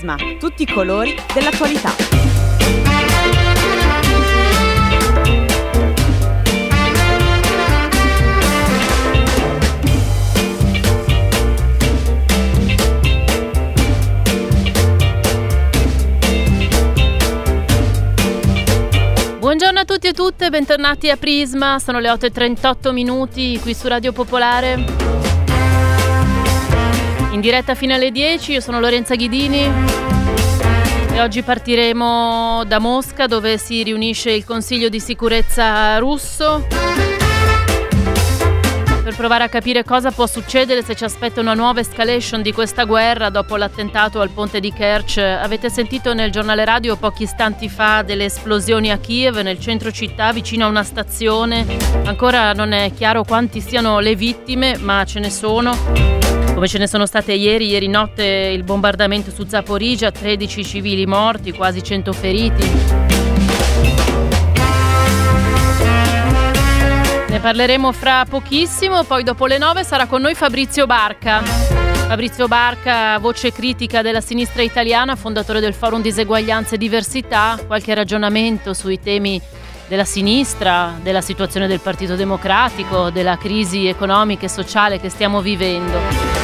Prisma, tutti i colori dell'attualità. Buongiorno a tutti e tutte, bentornati a Prisma, sono le 8:38 minuti qui su Radio Popolare. In diretta fino alle 10, io sono Lorenza Ghidini e oggi partiremo da Mosca, dove si riunisce il Consiglio di sicurezza russo, per provare a capire cosa può succedere, se ci aspetta una nuova escalation di questa guerra dopo l'attentato al ponte di Kerch. Avete sentito nel giornale radio pochi istanti fa delle esplosioni a Kiev, nel centro città, vicino a una stazione. Ancora non è chiaro quanti siano le vittime, ma ce ne sono. Come ce ne sono state ieri notte il bombardamento su Zaporizhzhia, 13 civili morti, quasi 100 feriti. Ne parleremo fra pochissimo, poi dopo le 9 sarà con noi Fabrizio Barca. Fabrizio Barca, voce critica della sinistra italiana, fondatore del Forum Diseguaglianza e Diversità. Qualche ragionamento sui temi della sinistra, della situazione del Partito Democratico, della crisi economica e sociale che stiamo vivendo.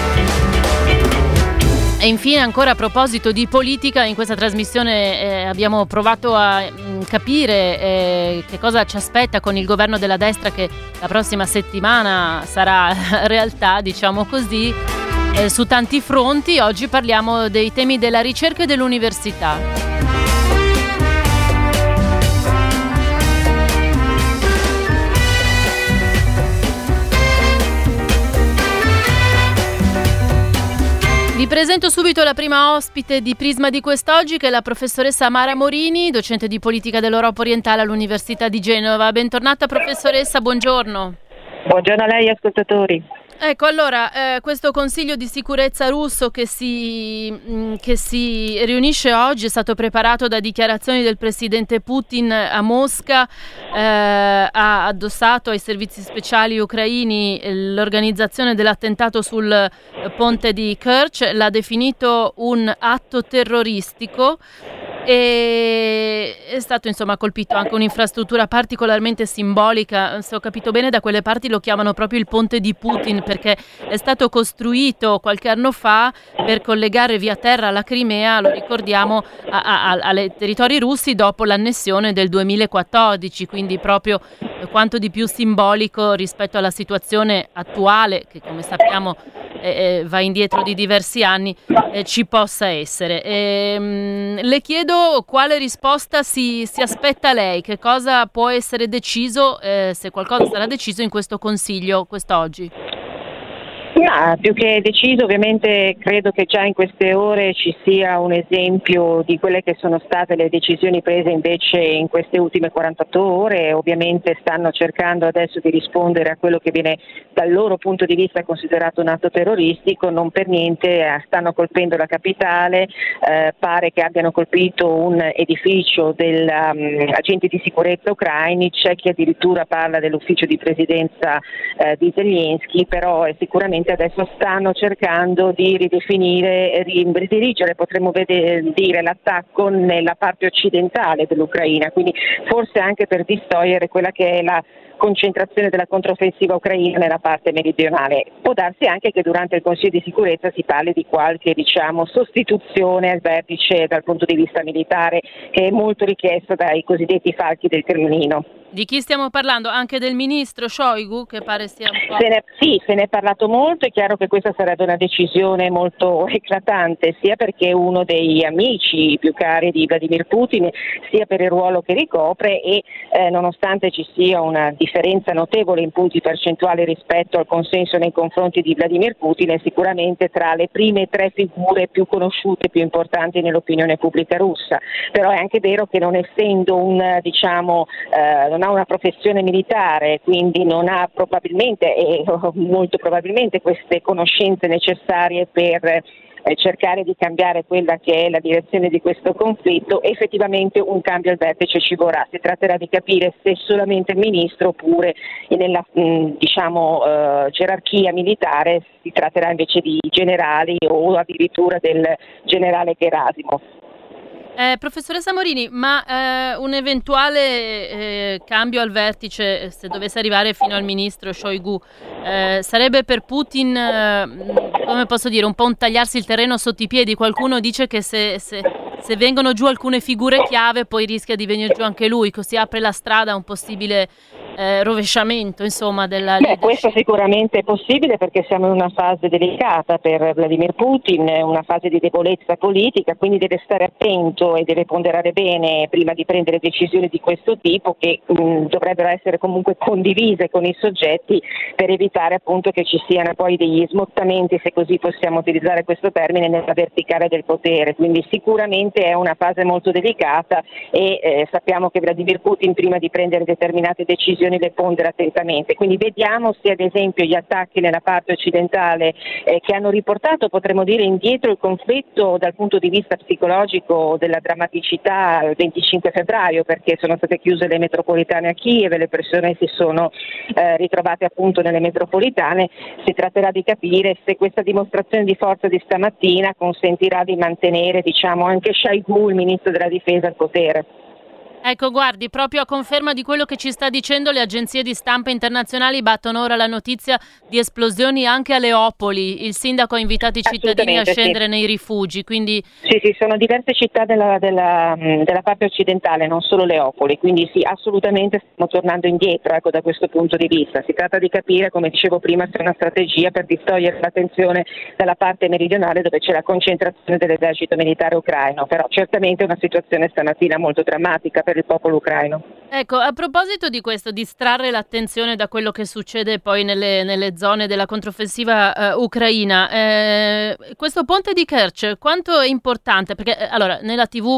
E infine, ancora a proposito di politica, in questa trasmissione abbiamo provato a capire che cosa ci aspetta con il governo della destra, che la prossima settimana sarà realtà, diciamo così, su tanti fronti. Oggi parliamo dei temi della ricerca e dell'università. Vi presento subito la prima ospite di Prisma di quest'oggi, che è la professoressa Mara Morini, docente di politica dell'Europa orientale all'Università di Genova. Bentornata professoressa, buongiorno. Buongiorno a lei, ascoltatori. Ecco, allora, questo Consiglio di sicurezza russo che si riunisce oggi è stato preparato da dichiarazioni del presidente Putin a Mosca. Ha addossato ai servizi speciali ucraini l'organizzazione dell'attentato sul ponte di Kerch, l'ha definito un atto terroristico. E è stato colpito anche un'infrastruttura particolarmente simbolica. Se ho capito bene, da quelle parti lo chiamano proprio il ponte di Putin, perché è stato costruito qualche anno fa per collegare via terra la Crimea, lo ricordiamo, ai territori russi dopo l'annessione del 2014, quindi proprio quanto di più simbolico rispetto alla situazione attuale, che come sappiamo va indietro di diversi anni, ci possa essere. Le chiedo quale risposta si aspetta lei, che cosa può essere deciso, se qualcosa sarà deciso in questo Consiglio quest'oggi. Più che deciso, ovviamente credo che già in queste ore ci sia un esempio di quelle che sono state le decisioni prese invece in queste ultime 48 ore. Ovviamente stanno cercando adesso di rispondere a quello che viene dal loro punto di vista considerato un atto terroristico. Non per niente stanno colpendo la capitale, pare che abbiano colpito un edificio degli agenti di sicurezza ucraini. C'è chi addirittura parla dell'ufficio di presidenza di Zelensky, però sicuramente adesso stanno cercando di ridefinire, ridirigere, potremmo dire, l'attacco nella parte occidentale dell'Ucraina, quindi forse anche per distogliere quella che è la concentrazione della controffensiva ucraina nella parte meridionale. Può darsi anche che durante il Consiglio di sicurezza si parli di qualche, sostituzione al vertice dal punto di vista militare, che è molto richiesto dai cosiddetti falchi del Cremlino. Di chi stiamo parlando? Anche del ministro Shoigu, che pare sia un po'... Se ne è parlato molto. È chiaro che questa sarebbe una decisione molto eclatante, sia perché è uno dei amici più cari di Vladimir Putin, sia per il ruolo che ricopre e nonostante ci sia una differenza notevole in punti percentuali rispetto al consenso nei confronti di Vladimir Putin, è sicuramente tra le prime 3 figure più conosciute, più importanti nell'opinione pubblica russa. Però è anche vero che non essendo non ha una professione militare, quindi non ha probabilmente molto probabilmente queste conoscenze necessarie per cercare di cambiare quella che è la direzione di questo conflitto, effettivamente un cambio al vertice ci vorrà. Si tratterà di capire se solamente il ministro oppure nella gerarchia militare si tratterà invece di generali o addirittura del generale Gerasimov. Professoressa Morini, ma un eventuale cambio al vertice, se dovesse arrivare fino al ministro Shoigu, sarebbe per Putin, come posso dire, un po' un tagliarsi il terreno sotto i piedi? Qualcuno dice che se vengono giù alcune figure chiave poi rischia di venire giù anche lui, così apre la strada a un possibile rovesciamento, insomma, della leadership. Questo sicuramente è possibile, perché siamo in una fase delicata per Vladimir Putin, una fase di debolezza politica, quindi deve stare attento e deve ponderare bene prima di prendere decisioni di questo tipo, che dovrebbero essere comunque condivise con i soggetti, per evitare appunto che ci siano poi degli smottamenti, se così possiamo utilizzare questo termine, nella verticale del potere. Quindi sicuramente è una fase molto delicata e sappiamo che Vladimir Putin, prima di prendere determinate decisioni, le pondera attentamente. Quindi vediamo se ad esempio gli attacchi nella parte occidentale che hanno riportato, potremmo dire, indietro il conflitto dal punto di vista psicologico della drammaticità il 25 febbraio, perché sono state chiuse le metropolitane a Kiev e le persone si sono ritrovate appunto nelle metropolitane. Si tratterà di capire se questa dimostrazione di forza di stamattina consentirà di mantenere, diciamo, anche Shoigu, il ministro della difesa, al potere. Ecco, guardi, proprio a conferma di quello che ci sta dicendo, le agenzie di stampa internazionali battono ora la notizia di esplosioni anche a Leopoli. Il sindaco ha invitato i cittadini a scendere nei rifugi, quindi... Sì, sono diverse città della parte occidentale, non solo Leopoli, quindi sì, assolutamente stiamo tornando indietro, ecco, da questo punto di vista. Si tratta di capire, come dicevo prima, se è una strategia per distogliere l'attenzione dalla parte meridionale, dove c'è la concentrazione dell'esercito militare ucraino, però certamente è una situazione stamattina molto drammatica per il popolo ucraino. Ecco, a proposito di questo, distrarre l'attenzione da quello che succede poi nelle zone della controffensiva ucraina, questo ponte di Kerch quanto è importante? Perché allora nella TV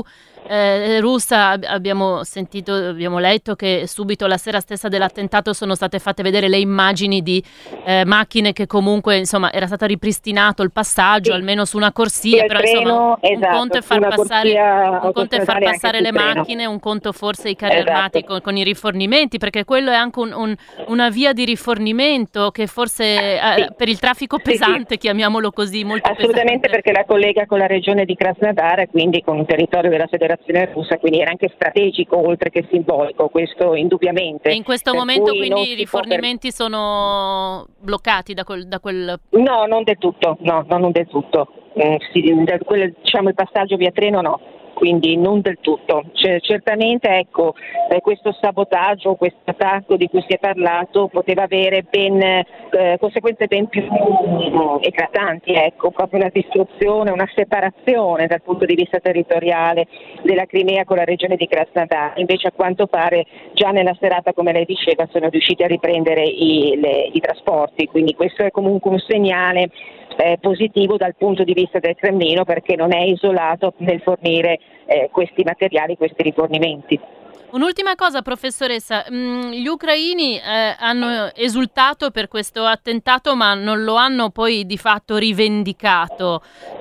russa abbiamo letto che subito la sera stessa dell'attentato sono state fatte vedere le immagini di macchine che comunque, insomma, era stato ripristinato il passaggio, sì, almeno su una corsia, però insomma esatto, un conto è far passare le macchine, un conto forse i carri armati con i rifornimenti, perché quello è anche una via di rifornimento che forse per il traffico pesante, chiamiamolo così, molto assolutamente pesante. Perché la collega con la regione di Krasnodar, quindi con un territorio della Federazione Russa, quindi era anche strategico oltre che simbolico, questo indubbiamente. E in questo momento quindi i rifornimenti sono bloccati da quel... No, non del tutto, non del tutto. Diciamo il passaggio via treno no. Quindi non del tutto. Certamente ecco, questo sabotaggio, questo attacco di cui si è parlato poteva avere conseguenze ben più eclatanti, ecco, proprio una distruzione, una separazione dal punto di vista territoriale della Crimea con la regione di Krasnodar. Invece a quanto pare già nella serata, come lei diceva, sono riusciti a riprendere i trasporti, quindi questo è comunque un segnale positivo dal punto di vista del Cremlino, perché non è isolato nel fornire questi materiali, questi rifornimenti. Un'ultima cosa, professoressa, gli ucraini hanno esultato per questo attentato, ma non lo hanno poi di fatto rivendicato.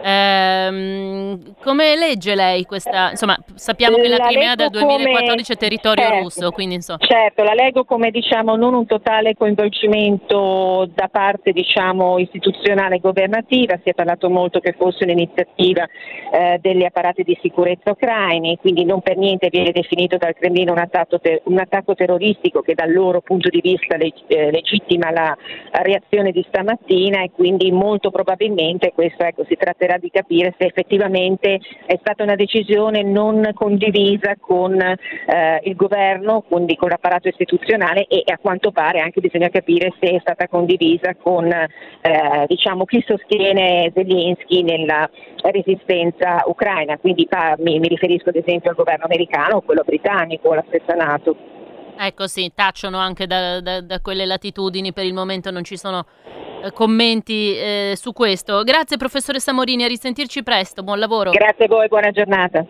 Come legge lei questa? Insomma, sappiamo che la Crimea dal 2014 è territorio russo, quindi insomma. Certo, la leggo come, diciamo, non un totale coinvolgimento da parte, diciamo, istituzionale e governativa. Si è parlato molto che fosse un'iniziativa degli apparati di sicurezza ucraini, quindi non per niente viene definito dal Cremlino un attacco terroristico che dal loro punto di vista legittima la reazione di stamattina, e quindi molto probabilmente questo, ecco, si tratterà di capire se effettivamente è stata una decisione non condivisa con il governo, quindi con l'apparato istituzionale, e a quanto pare anche bisogna capire se è stata condivisa con diciamo chi sostiene Zelensky nella resistenza ucraina, quindi mi riferisco ad esempio al governo americano o quello britannico o la stessa NATO. Ecco, sì, tacciono anche da quelle latitudini, per il momento non ci sono commenti su questo. Grazie professoressa Morini, a risentirci presto, buon lavoro. Grazie a voi, buona giornata.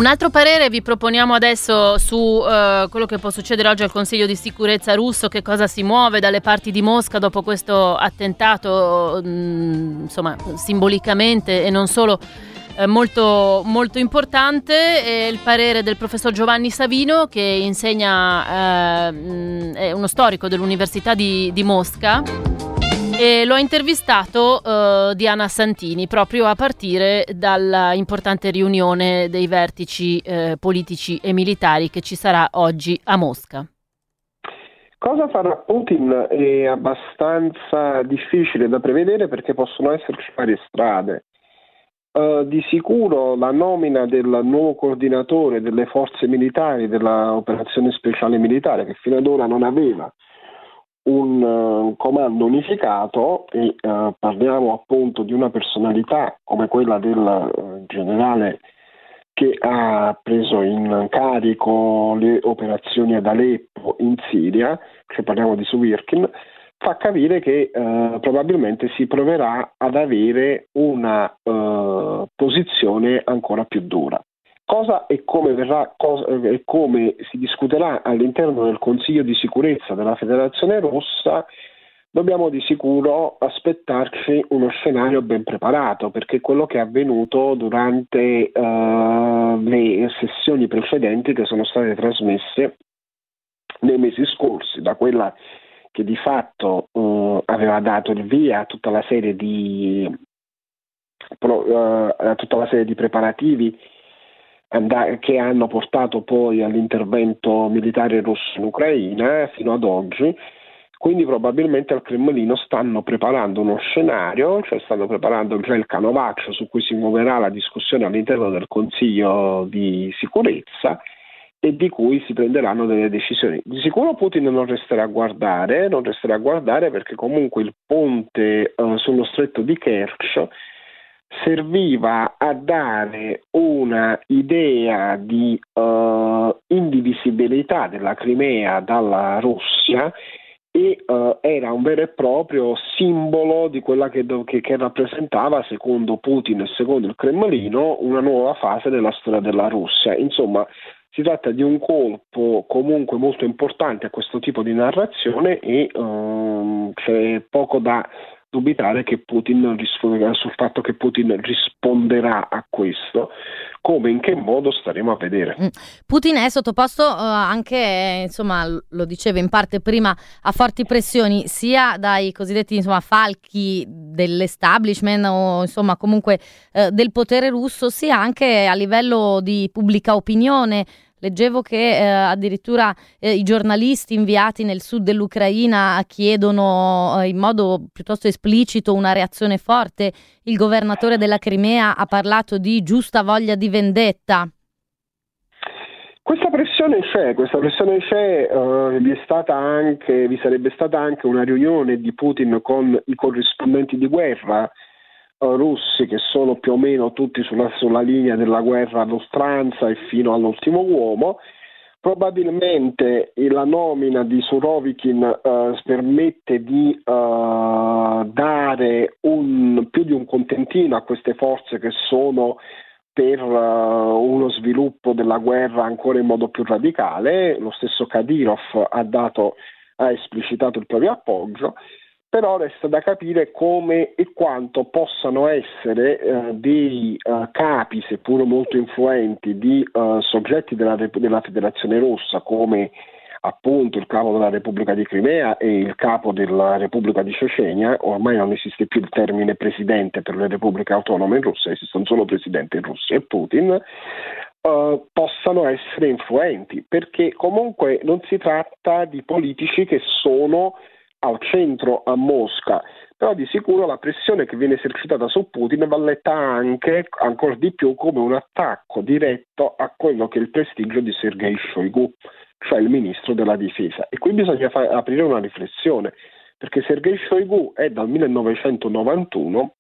Un altro parere vi proponiamo adesso su quello che può succedere oggi al Consiglio di sicurezza russo, che cosa si muove dalle parti di Mosca dopo questo attentato, insomma, simbolicamente e non solo, molto, molto importante. Il parere del professor Giovanni Savino, che insegna, è uno storico dell'Università di Mosca, e l'ho intervistato Diana Santini proprio a partire dalla importante riunione dei vertici politici e militari che ci sarà oggi a Mosca. Cosa farà Putin è abbastanza difficile da prevedere, perché possono esserci varie strade. Di sicuro la nomina del nuovo coordinatore delle forze militari dell'operazione speciale militare, che fino ad ora non aveva un comando unificato, e parliamo appunto di una personalità come quella del generale che ha preso in carico le operazioni ad Aleppo in Siria, cioè parliamo di Suvirkin, fa capire che probabilmente si proverà ad avere una posizione ancora più dura. Cosa e come verrà e come si discuterà all'interno del Consiglio di sicurezza della Federazione Russa, dobbiamo di sicuro aspettarci uno scenario ben preparato, perché quello che è avvenuto durante le sessioni precedenti che sono state trasmesse nei mesi scorsi, da quella che di fatto aveva dato il via a tutta la serie di preparativi che hanno portato poi all'intervento militare russo in Ucraina fino ad oggi. Quindi probabilmente al Cremlino stanno preparando uno scenario, cioè stanno preparando già il canovaccio su cui si muoverà la discussione all'interno del Consiglio di sicurezza e di cui si prenderanno delle decisioni. Di sicuro Putin non resterà a guardare perché comunque il ponte sullo stretto di Kerch serviva a dare una idea di indivisibilità della Crimea dalla Russia, e era un vero e proprio simbolo di quella che rappresentava, secondo Putin e secondo il Cremlino, una nuova fase della storia della Russia. Insomma, si tratta di un colpo comunque molto importante a questo tipo di narrazione, e c'è poco da dubitare che sul fatto che Putin risponderà a questo. Come, in che modo, staremo a vedere. Putin è sottoposto anche, insomma, lo diceva in parte prima, a forti pressioni sia dai cosiddetti, insomma, falchi dell'establishment o insomma comunque del potere russo, sia anche a livello di pubblica opinione. Leggevo che addirittura i giornalisti inviati nel sud dell'Ucraina chiedono in modo piuttosto esplicito una reazione forte. Il governatore della Crimea ha parlato di giusta voglia di vendetta. Questa pressione c'è, vi sarebbe stata anche una riunione di Putin con i corrispondenti di guerra russi, che sono più o meno tutti sulla linea della guerra all'oltranza e fino all'ultimo uomo. Probabilmente la nomina di Surovikin permette di dare più di un contentino a queste forze che sono per uno sviluppo della guerra ancora in modo più radicale. Lo stesso Kadyrov ha esplicitato il proprio appoggio. Però resta da capire come e quanto possano essere dei capi, seppur molto influenti, di soggetti della Federazione Russa, come appunto il capo della Repubblica di Crimea e il capo della Repubblica di Cecenia. Ormai non esiste più il termine presidente per le repubbliche autonome in Russia, esistono solo presidenti in Russia e Putin. Possano essere influenti, perché comunque non si tratta di politici che sono al centro a Mosca, però di sicuro la pressione che viene esercitata su Putin va letta anche, ancora di più, come un attacco diretto a quello che è il prestigio di Sergei Shoigu, cioè il ministro della difesa. E qui bisogna aprire una riflessione, perché Sergei Shoigu è dal 1991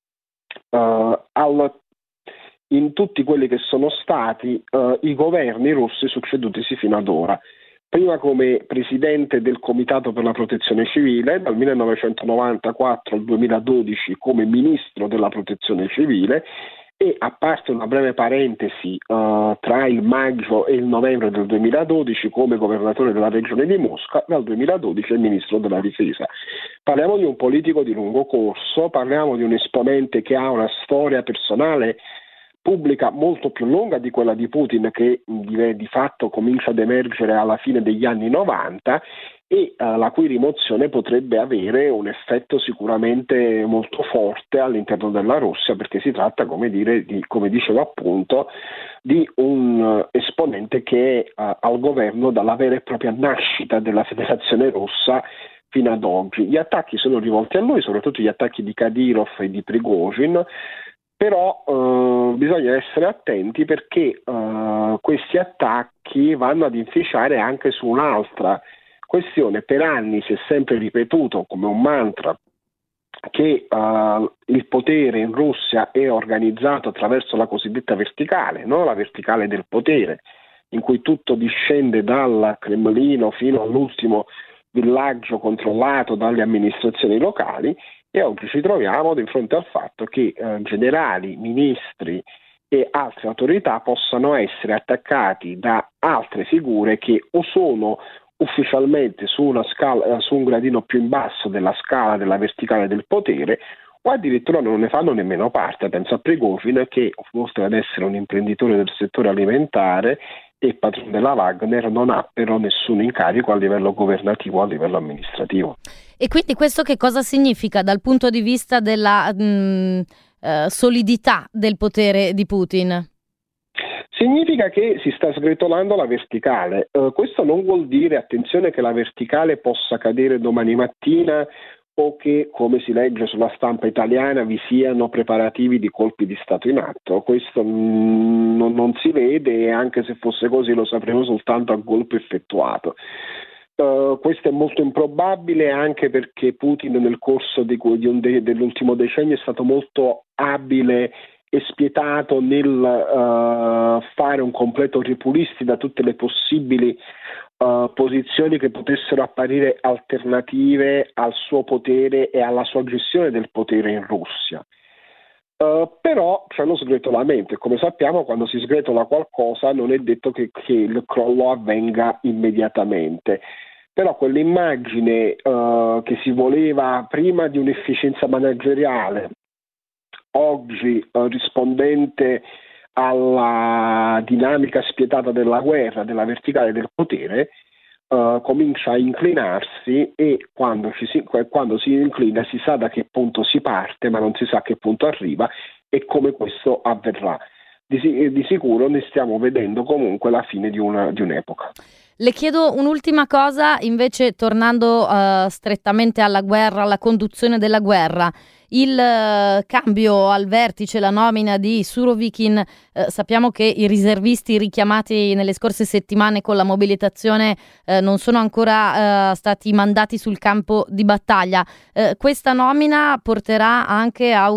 in tutti quelli che sono stati i governi russi succedutisi fino ad ora. Prima come presidente del Comitato per la Protezione Civile, dal 1994 al 2012 come ministro della Protezione Civile, E a parte una breve parentesi, tra il maggio e il novembre del 2012 come governatore della regione di Mosca, dal 2012 è ministro della difesa. Parliamo di un politico di lungo corso, parliamo di un esponente che ha una storia personale pubblica molto più lunga di quella di Putin, che di fatto comincia ad emergere alla fine degli anni 90 e la cui rimozione potrebbe avere un effetto sicuramente molto forte all'interno della Russia, perché si tratta, come dicevo appunto, di un esponente che è al governo dalla vera e propria nascita della Federazione Russa fino ad oggi. Gli attacchi sono rivolti a lui, soprattutto gli attacchi di Kadyrov e di Prigozhin, però bisogna essere attenti perché questi attacchi vanno ad inficiare anche su un'altra questione. Per anni si è sempre ripetuto come un mantra che il potere in Russia è organizzato attraverso la cosiddetta verticale, no? La verticale del potere, in cui tutto discende dal Cremlino fino all'ultimo villaggio controllato dalle amministrazioni locali, e oggi ci troviamo di fronte al fatto che generali, ministri e altre autorità possano essere attaccati da altre figure che o sono ufficialmente su un gradino più in basso della scala della verticale del potere, o addirittura non ne fanno nemmeno parte. Penso a Prigozhin, che oltre ad essere un imprenditore del settore alimentare e padrone della Wagner, non ha però nessun incarico a livello governativo, a livello amministrativo. E quindi questo che cosa significa dal punto di vista della solidità del potere di Putin? Significa che si sta sgretolando la verticale. Questo non vuol dire, attenzione, che la verticale possa cadere domani mattina o che, come si legge sulla stampa italiana, vi siano preparativi di colpi di Stato in atto. Questo non si vede, e anche se fosse così lo sapremo soltanto a colpo effettuato. Questo è molto improbabile, anche perché Putin nel corso dell'ultimo decennio è stato molto abile e spietato nel fare un completo ripulisti da tutte le possibili posizioni che potessero apparire alternative al suo potere e alla sua gestione del potere in Russia. Però c'è lo sgretolamento, e come sappiamo quando si sgretola qualcosa non è detto che il crollo avvenga immediatamente. Però quell'immagine che si voleva prima di un'efficienza manageriale, oggi rispondente alla dinamica spietata della guerra, della verticale del potere, comincia a inclinarsi, e quando si inclina si sa da che punto si parte, ma non si sa a che punto arriva e come questo avverrà. Di sicuro ne stiamo vedendo comunque la fine di un'epoca. Le chiedo un'ultima cosa, invece, tornando strettamente alla guerra, alla conduzione della guerra. Il cambio al vertice, la nomina di Surovikin, sappiamo che i riservisti richiamati nelle scorse settimane con la mobilitazione non sono ancora stati mandati sul campo di battaglia. Questa nomina porterà anche a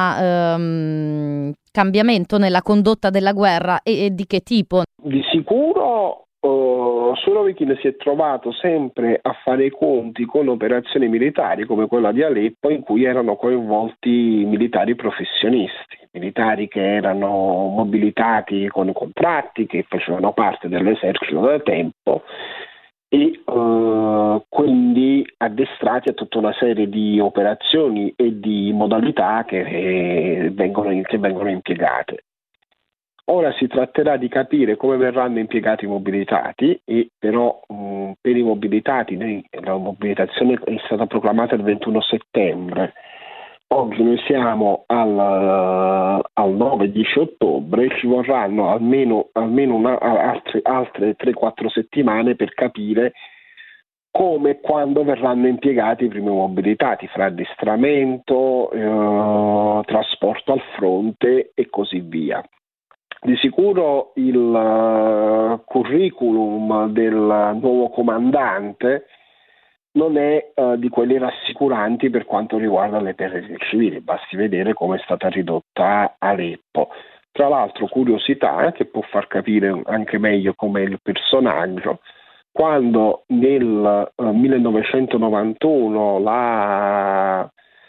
un cambiamento nella condotta della guerra, e di che tipo? Di sicuro Surovikin si è trovato sempre a fare i conti con operazioni militari come quella di Aleppo, in cui erano coinvolti militari professionisti, militari che erano mobilitati con contratti, che facevano parte dell'esercito da tempo e quindi addestrati a tutta una serie di operazioni e di modalità che vengono impiegate. Ora si tratterà di capire come verranno impiegati i mobilitati, e però per i mobilitati la mobilitazione è stata proclamata il 21 settembre. Oggi noi siamo al 9-10 ottobre, ci vorranno almeno altre 3-4 settimane per capire come e quando verranno impiegati i primi mobilitati, fra addestramento, trasporto al fronte e così via. Di sicuro il curriculum del nuovo comandante non è di quelli rassicuranti per quanto riguarda le perdite civili, basti vedere come è stata ridotta Aleppo. Tra l'altro, curiosità che può far capire anche meglio com'è il personaggio: quando nel 1991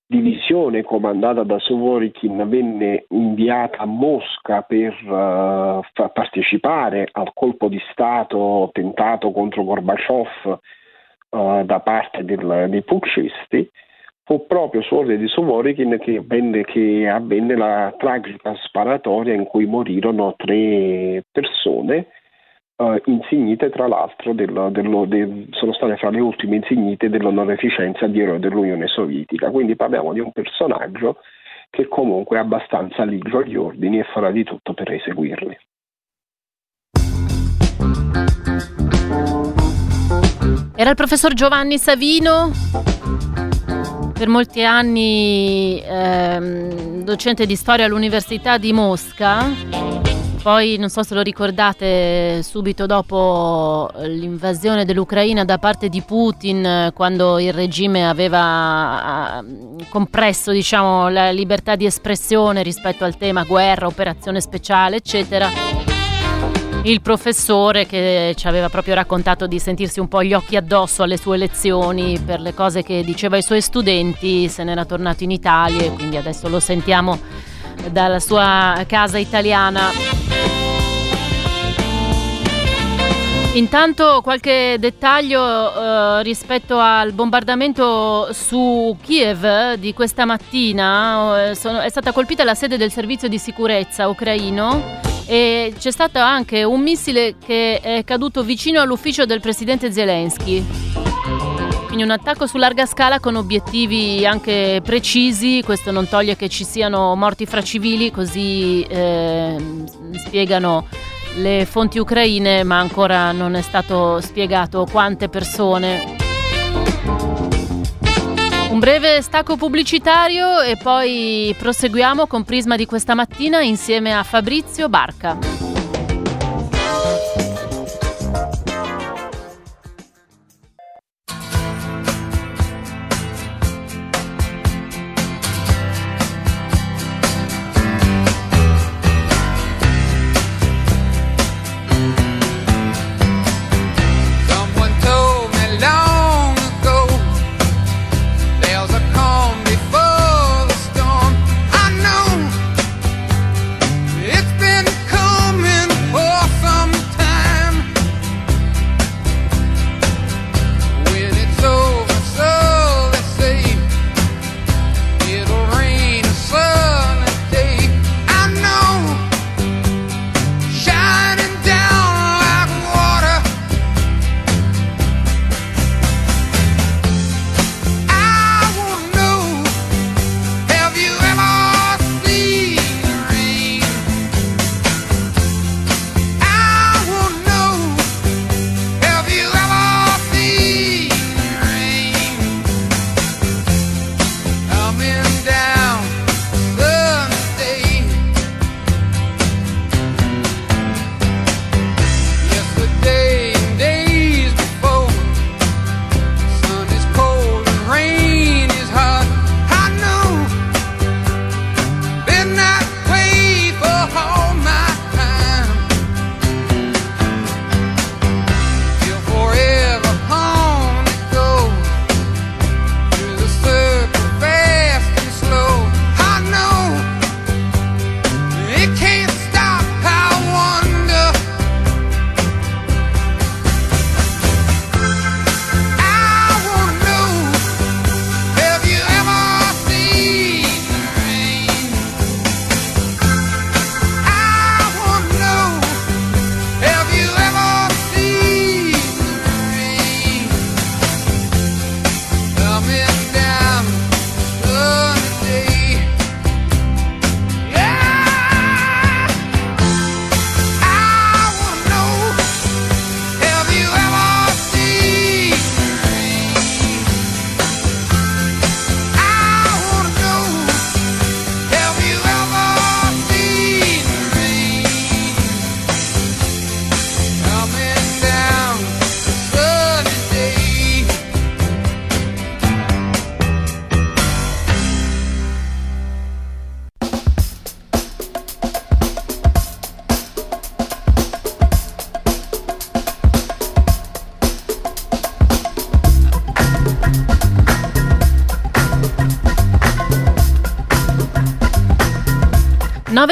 divisione comandata da Suvorkin venne inviata a Mosca per partecipare al colpo di Stato tentato contro Gorbaciov da parte dei putschisти, fu proprio su ordine di Suvorkin che avvenne la tragica sparatoria in cui morirono 3 persone, insignite tra l'altro sono state fra le ultime insignite dell'onorificenza di eroe dell'Unione Sovietica. Quindi parliamo di un personaggio che comunque è abbastanza ligio agli ordini e farà di tutto per eseguirli. Era il professor Giovanni Savino, per molti anni docente di storia all'Università di Mosca. Poi, non so se lo ricordate, subito dopo l'invasione dell'Ucraina da parte di Putin, quando il regime aveva compresso, diciamo, la libertà di espressione rispetto al tema guerra, operazione speciale, eccetera, il professore, che ci aveva proprio raccontato di sentirsi un po' gli occhi addosso alle sue lezioni per le cose che diceva ai suoi studenti, se n'era tornato in Italia e quindi adesso lo sentiamo dalla sua casa italiana. Intanto qualche dettaglio rispetto al bombardamento su Kiev di questa mattina. È stata colpita la sede del servizio di sicurezza ucraino e c'è stato anche un missile che è caduto vicino all'ufficio del presidente Zelensky. Quindi un attacco su larga scala con obiettivi anche precisi. Questo non toglie che ci siano morti fra civili, così spiegano le fonti ucraine, ma ancora non è stato spiegato quante persone. Un breve stacco pubblicitario e poi proseguiamo con Prisma di questa mattina insieme a Fabrizio Barca. It's been coming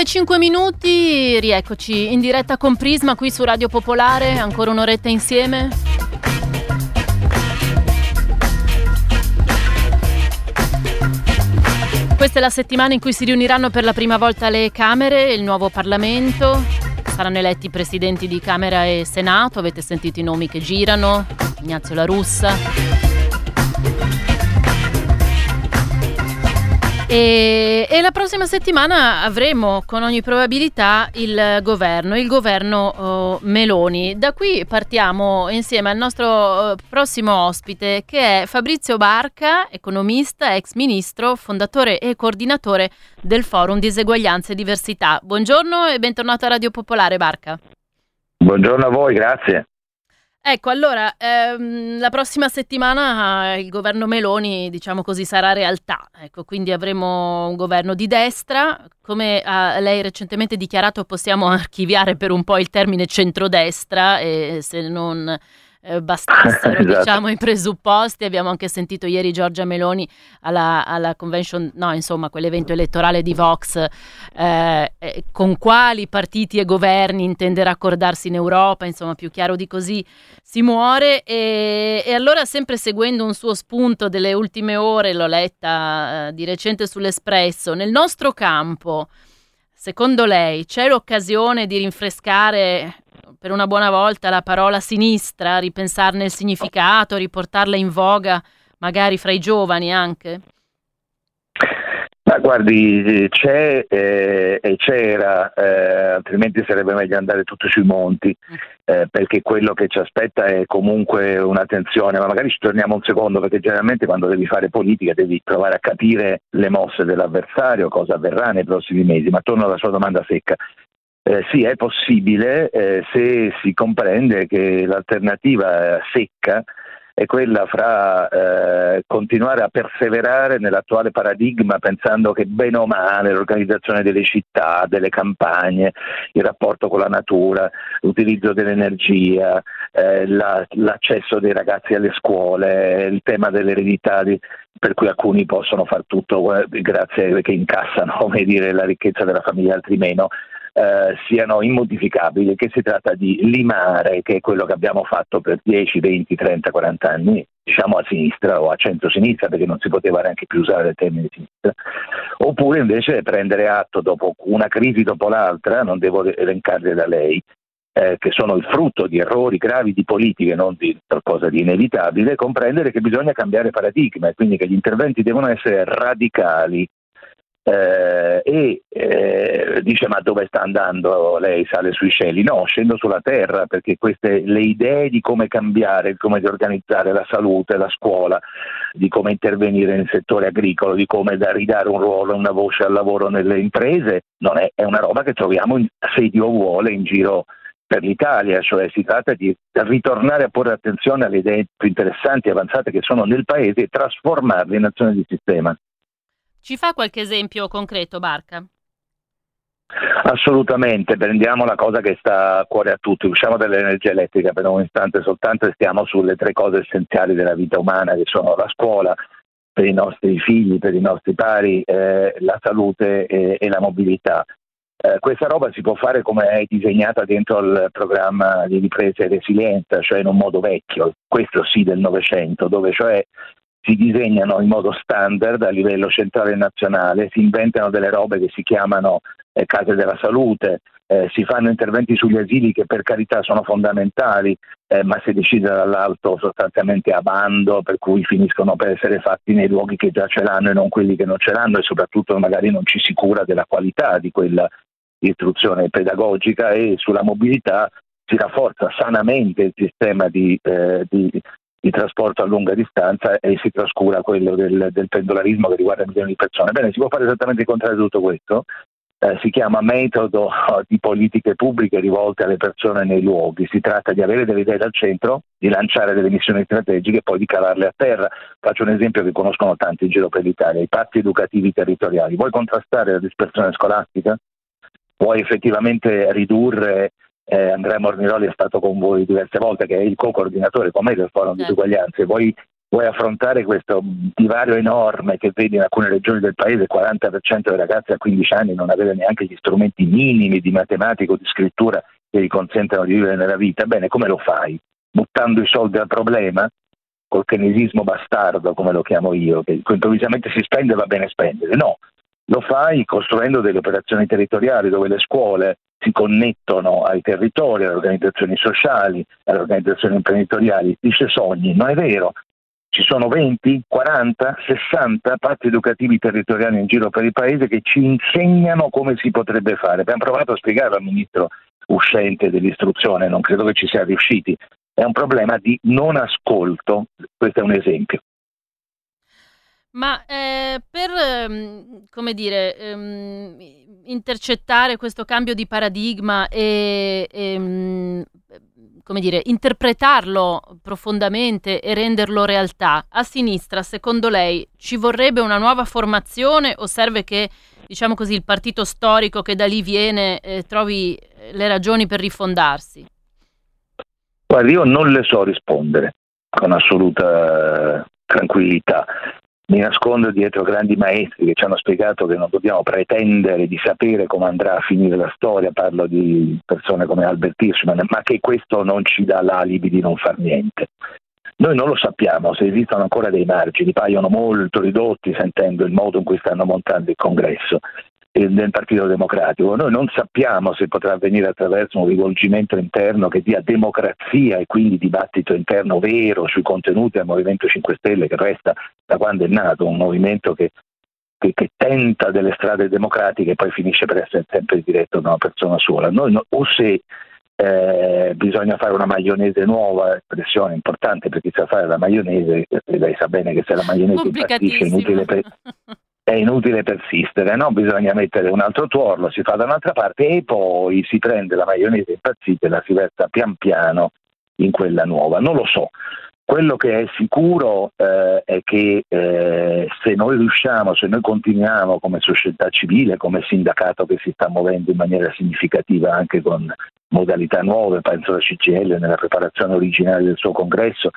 9:05 minuti, rieccoci in diretta con Prisma qui su Radio Popolare, ancora un'oretta insieme. Questa è la settimana in cui si riuniranno per la prima volta le Camere e il nuovo Parlamento. Saranno eletti presidenti di Camera e Senato, avete sentito i nomi che girano, Ignazio La Russa. E la prossima settimana avremo con ogni probabilità il governo Meloni. Da qui partiamo insieme al nostro prossimo ospite, che è Fabrizio Barca, economista, ex ministro, fondatore e coordinatore del Forum Diseguaglianze e Diversità. Buongiorno e bentornato a Radio Popolare, Barca. Buongiorno a voi, grazie. Ecco, allora, la prossima settimana il governo Meloni, diciamo così, sarà realtà. Ecco, quindi avremo un governo di destra. Come lei recentemente dichiarato, possiamo archiviare per un po' il termine centrodestra, e se non bastassero esatto, diciamo i presupposti. Abbiamo anche sentito ieri Giorgia Meloni alla convention, no, insomma, quell'evento elettorale di Vox, con quali partiti e governi intende raccordarsi in Europa, insomma, più chiaro di così si muore. E allora, sempre seguendo un suo spunto delle ultime ore, l'ho letta di recente sull'Espresso, nel nostro campo, secondo lei c'è l'occasione di rinfrescare per una buona volta la parola sinistra, ripensarne il significato, riportarla in voga magari fra i giovani anche? Ma guardi, c'è e c'era, altrimenti sarebbe meglio andare tutto sui monti, perché quello che ci aspetta è comunque una tensione, ma magari ci torniamo un secondo, perché generalmente quando devi fare politica devi provare a capire le mosse dell'avversario, cosa avverrà nei prossimi mesi. Ma torno alla sua domanda secca. Sì, è possibile se si comprende che l'alternativa secca è quella fra continuare a perseverare nell'attuale paradigma, pensando che bene o male l'organizzazione delle città, delle campagne, il rapporto con la natura, l'utilizzo dell'energia, l'accesso dei ragazzi alle scuole, il tema dell'eredità, per cui alcuni possono far tutto grazie perché incassano, come dire, la ricchezza della famiglia, altri meno, siano immodificabili, che si tratta di limare, che è quello che abbiamo fatto per 10, 20, 30, 40 anni, diciamo a sinistra o a centro-sinistra, perché non si poteva neanche più usare il termine sinistra, oppure invece prendere atto dopo una crisi dopo l'altra, non devo elencarle da lei, che sono il frutto di errori gravi di politiche, non di qualcosa di inevitabile, comprendere che bisogna cambiare paradigma e quindi che gli interventi devono essere radicali. Dice: ma dove sta andando lei? Sale sui cieli? No, scendo sulla terra, perché le idee di come cambiare, di come organizzare la salute, la scuola, di come intervenire nel settore agricolo, di come ridare un ruolo e una voce al lavoro nelle imprese, non è una roba che troviamo se Dio vuole in giro per l'Italia. Cioè si tratta di ritornare a porre attenzione alle idee più interessanti e avanzate che sono nel paese e trasformarle in azione di sistema. Ci fa qualche esempio concreto, Barca? Assolutamente, prendiamo la cosa che sta a cuore a tutti, usciamo dall'energia elettrica per un istante soltanto e stiamo sulle 3 cose essenziali della vita umana, che sono la scuola per i nostri figli, per i nostri pari, la salute e la mobilità. Questa roba si può fare come è disegnata dentro il programma di ripresa e resilienza, cioè in un modo vecchio, questo sì del Novecento, dove cioè si disegnano in modo standard a livello centrale e nazionale, si inventano delle robe che si chiamano case della salute, si fanno interventi sugli asili che per carità sono fondamentali, ma si decide dall'alto sostanzialmente a bando, per cui finiscono per essere fatti nei luoghi che già ce l'hanno e non quelli che non ce l'hanno, e soprattutto magari non ci si cura della qualità di quella istruzione pedagogica. E sulla mobilità si rafforza sanamente il sistema di trasporto a lunga distanza e si trascura quello del pendolarismo che riguarda milioni di persone. Bene, si può fare esattamente il contrario di tutto questo, si chiama metodo di politiche pubbliche rivolte alle persone nei luoghi. Si tratta di avere delle idee dal centro, di lanciare delle missioni strategiche e poi di calarle a terra. Faccio un esempio che conoscono tanti in giro per l'Italia: i patti educativi territoriali. Vuoi contrastare la dispersione scolastica? Vuoi effettivamente ridurre Andrea Morniroli è stato con voi diverse volte, che è il co-coordinatore con me del Forum di Diseguaglianze. Vuoi vuoi affrontare questo divario enorme che vedi in alcune regioni del paese, il 40% dei ragazzi a 15 anni non aveva neanche gli strumenti minimi di matematica o di scrittura che gli consentano di vivere nella vita, bene, come lo fai? Buttando i soldi al problema? Col keynesismo bastardo, come lo chiamo io, che improvvisamente si spende e va bene spendere? No, lo fai costruendo delle operazioni territoriali dove le scuole si connettono ai territori, alle organizzazioni sociali, alle organizzazioni imprenditoriali. Dice sogni, non è vero. Ci sono 20, 40, 60 patti educativi territoriali in giro per il paese che ci insegnano come si potrebbe fare. Abbiamo provato a spiegare al ministro uscente dell'istruzione, non credo che ci sia riusciti. È un problema di non ascolto, questo è un esempio. Ma per, come dire, intercettare questo cambio di paradigma e come dire, interpretarlo profondamente e renderlo realtà, a sinistra, secondo lei, ci vorrebbe una nuova formazione o serve che, diciamo così, il partito storico che da lì viene trovi le ragioni per rifondarsi? Guardi, io non le so rispondere con assoluta tranquillità. Mi nascondo dietro grandi maestri che ci hanno spiegato che non dobbiamo pretendere di sapere come andrà a finire la storia, parlo di persone come Albert Hirschman, ma che questo non ci dà l'alibi di non far niente. Noi non lo sappiamo se esistono ancora dei margini, paiono molto ridotti sentendo il modo in cui stanno montando il congresso del Partito Democratico. Noi non sappiamo se potrà avvenire attraverso un rivolgimento interno che dia democrazia e quindi dibattito interno vero sui contenuti del Movimento 5 Stelle, che resta da quando è nato un movimento che tenta delle strade democratiche e poi finisce per essere sempre diretto da una persona sola. O se bisogna fare una maionese nuova, espressione importante per chi sa fare la maionese, lei sa bene che se la maionese impazzisce è inutile persistere, no? Bisogna mettere un altro tuorlo, si fa da un'altra parte e poi si prende la maionese impazzita e la si versa pian piano in quella nuova. Non lo so. Quello che è sicuro è che se noi riusciamo, se noi continuiamo come società civile, come sindacato che si sta muovendo in maniera significativa anche con modalità nuove, penso alla CGIL nella preparazione originale del suo congresso,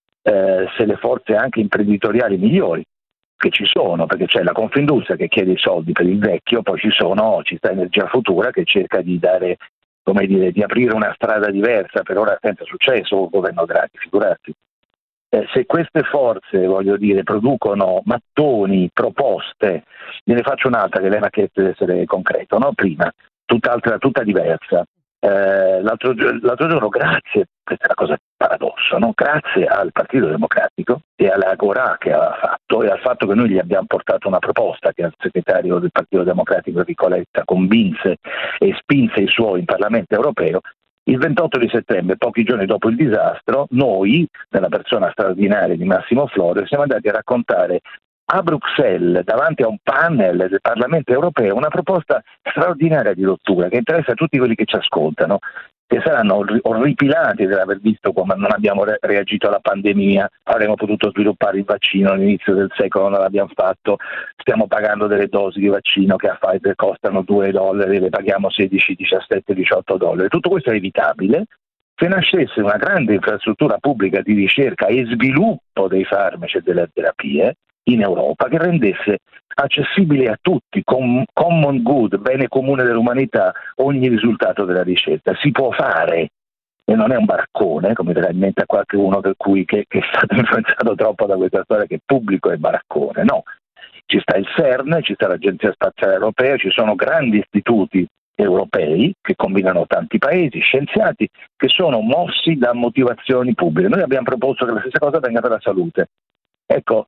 se le forze anche imprenditoriali migliori, che ci sono, perché c'è la Confindustria che chiede i soldi per il vecchio, poi ci sta Energia Futura che cerca di dare, come dire, di aprire una strada diversa, per ora senza successo il governo Draghi, figurarsi. Se queste forze, voglio dire, producono mattoni, proposte, ne faccio un'altra che lei mi ha chiesto di essere concreto, no? Prima, tutta diversa. L'altro giorno, grazie, questa è la cosa paradosso, no? Grazie al Partito Democratico e all'Agorà che aveva fatto e al fatto che noi gli abbiamo portato una proposta che il segretario del Partito Democratico Enrico Letta convinse e spinse i suoi in Parlamento europeo. Il 28 di settembre, pochi giorni dopo il disastro, noi, nella persona straordinaria di Massimo Flores, siamo andati a raccontare a Bruxelles, davanti a un panel del Parlamento europeo, una proposta straordinaria di rottura che interessa a tutti quelli che ci ascoltano, che saranno orripilati dell'aver visto come non abbiamo reagito alla pandemia, avremmo potuto sviluppare il vaccino all'inizio del secolo, non l'abbiamo fatto, stiamo pagando delle dosi di vaccino che a Pfizer costano $2, le paghiamo 16, 17, 18 dollari. Tutto questo è evitabile se nascesse una grande infrastruttura pubblica di ricerca e sviluppo dei farmaci e delle terapie in Europa che rendesse accessibile a tutti, common good, bene comune dell'umanità, ogni risultato della ricerca. Si può fare e non è un baraccone, come verrà in mente a qualcuno per cui che è stato influenzato troppo da questa storia che pubblico è baraccone. No, ci sta il CERN, ci sta l'Agenzia Spaziale Europea, ci sono grandi istituti europei che combinano tanti paesi, scienziati che sono mossi da motivazioni pubbliche. Noi abbiamo proposto che la stessa cosa venga per la salute. Ecco,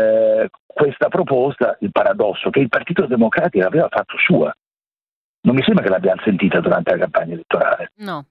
questa proposta, il paradosso, che il Partito Democratico aveva fatto sua, non mi sembra che l'abbiamo sentita durante la campagna elettorale. No.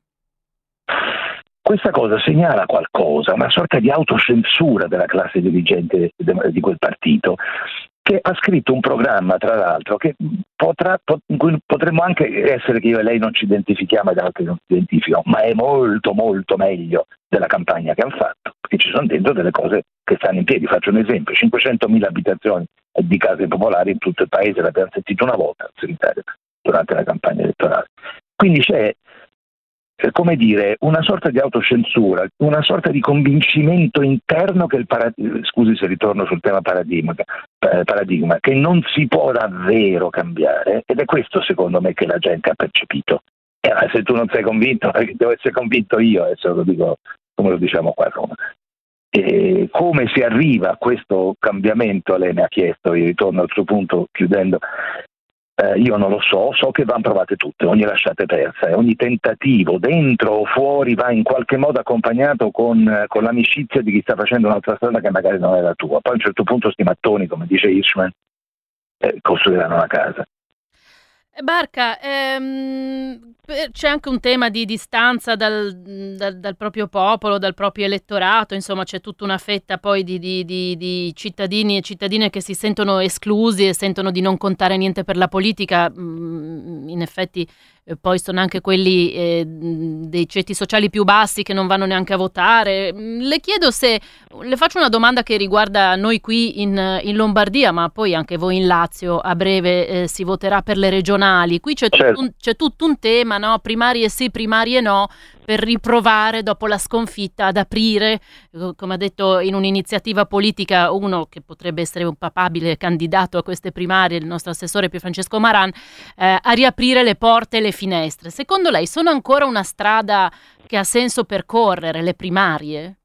Questa cosa segnala qualcosa, una sorta di autocensura della classe dirigente di quel partito, che ha scritto un programma, tra l'altro, che in cui potremmo anche essere che io e lei non ci identifichiamo ed altri non si identificano, ma è molto molto meglio della campagna che hanno fatto, perché ci sono dentro delle cose che stanno in piedi. Faccio un esempio: 500.000 abitazioni di case popolari in tutto il paese, l'abbiamo sentito una volta al segretario durante la campagna elettorale. Quindi c'è come dire, una sorta di autocensura, una sorta di convincimento interno che scusi se ritorno sul tema paradigma, che non si può davvero cambiare, ed è questo secondo me che la gente ha percepito. Se tu non sei convinto, devo essere convinto io, adesso lo dico come lo diciamo qua a Roma. E come si arriva a questo cambiamento, lei mi ha chiesto, io ritorno al suo punto chiudendo. Io non lo so che vanno provate tutte, ogni lasciate persa, e ogni tentativo dentro o fuori va in qualche modo accompagnato con l'amicizia di chi sta facendo un'altra strada che magari non è la tua. Poi a un certo punto sti mattoni, come dice Hirschman, costruiranno una casa. Barca, c'è anche un tema di distanza dal proprio popolo, dal proprio elettorato, insomma c'è tutta una fetta poi di cittadini e cittadine che si sentono esclusi e sentono di non contare niente per la politica. In effetti poi sono anche quelli dei ceti sociali più bassi che non vanno neanche a votare. Le chiedo le faccio una domanda che riguarda noi qui in Lombardia, ma poi anche voi in Lazio. A breve si voterà per le regionali. Qui c'è tutto un tema, no? Primarie sì, primarie no, per riprovare dopo la sconfitta ad aprire, come ha detto in un'iniziativa politica uno che potrebbe essere un papabile candidato a queste primarie, il nostro assessore Pier Francesco Maran, a riaprire le porte e le finestre. Secondo lei sono ancora una strada che ha senso percorrere, le primarie?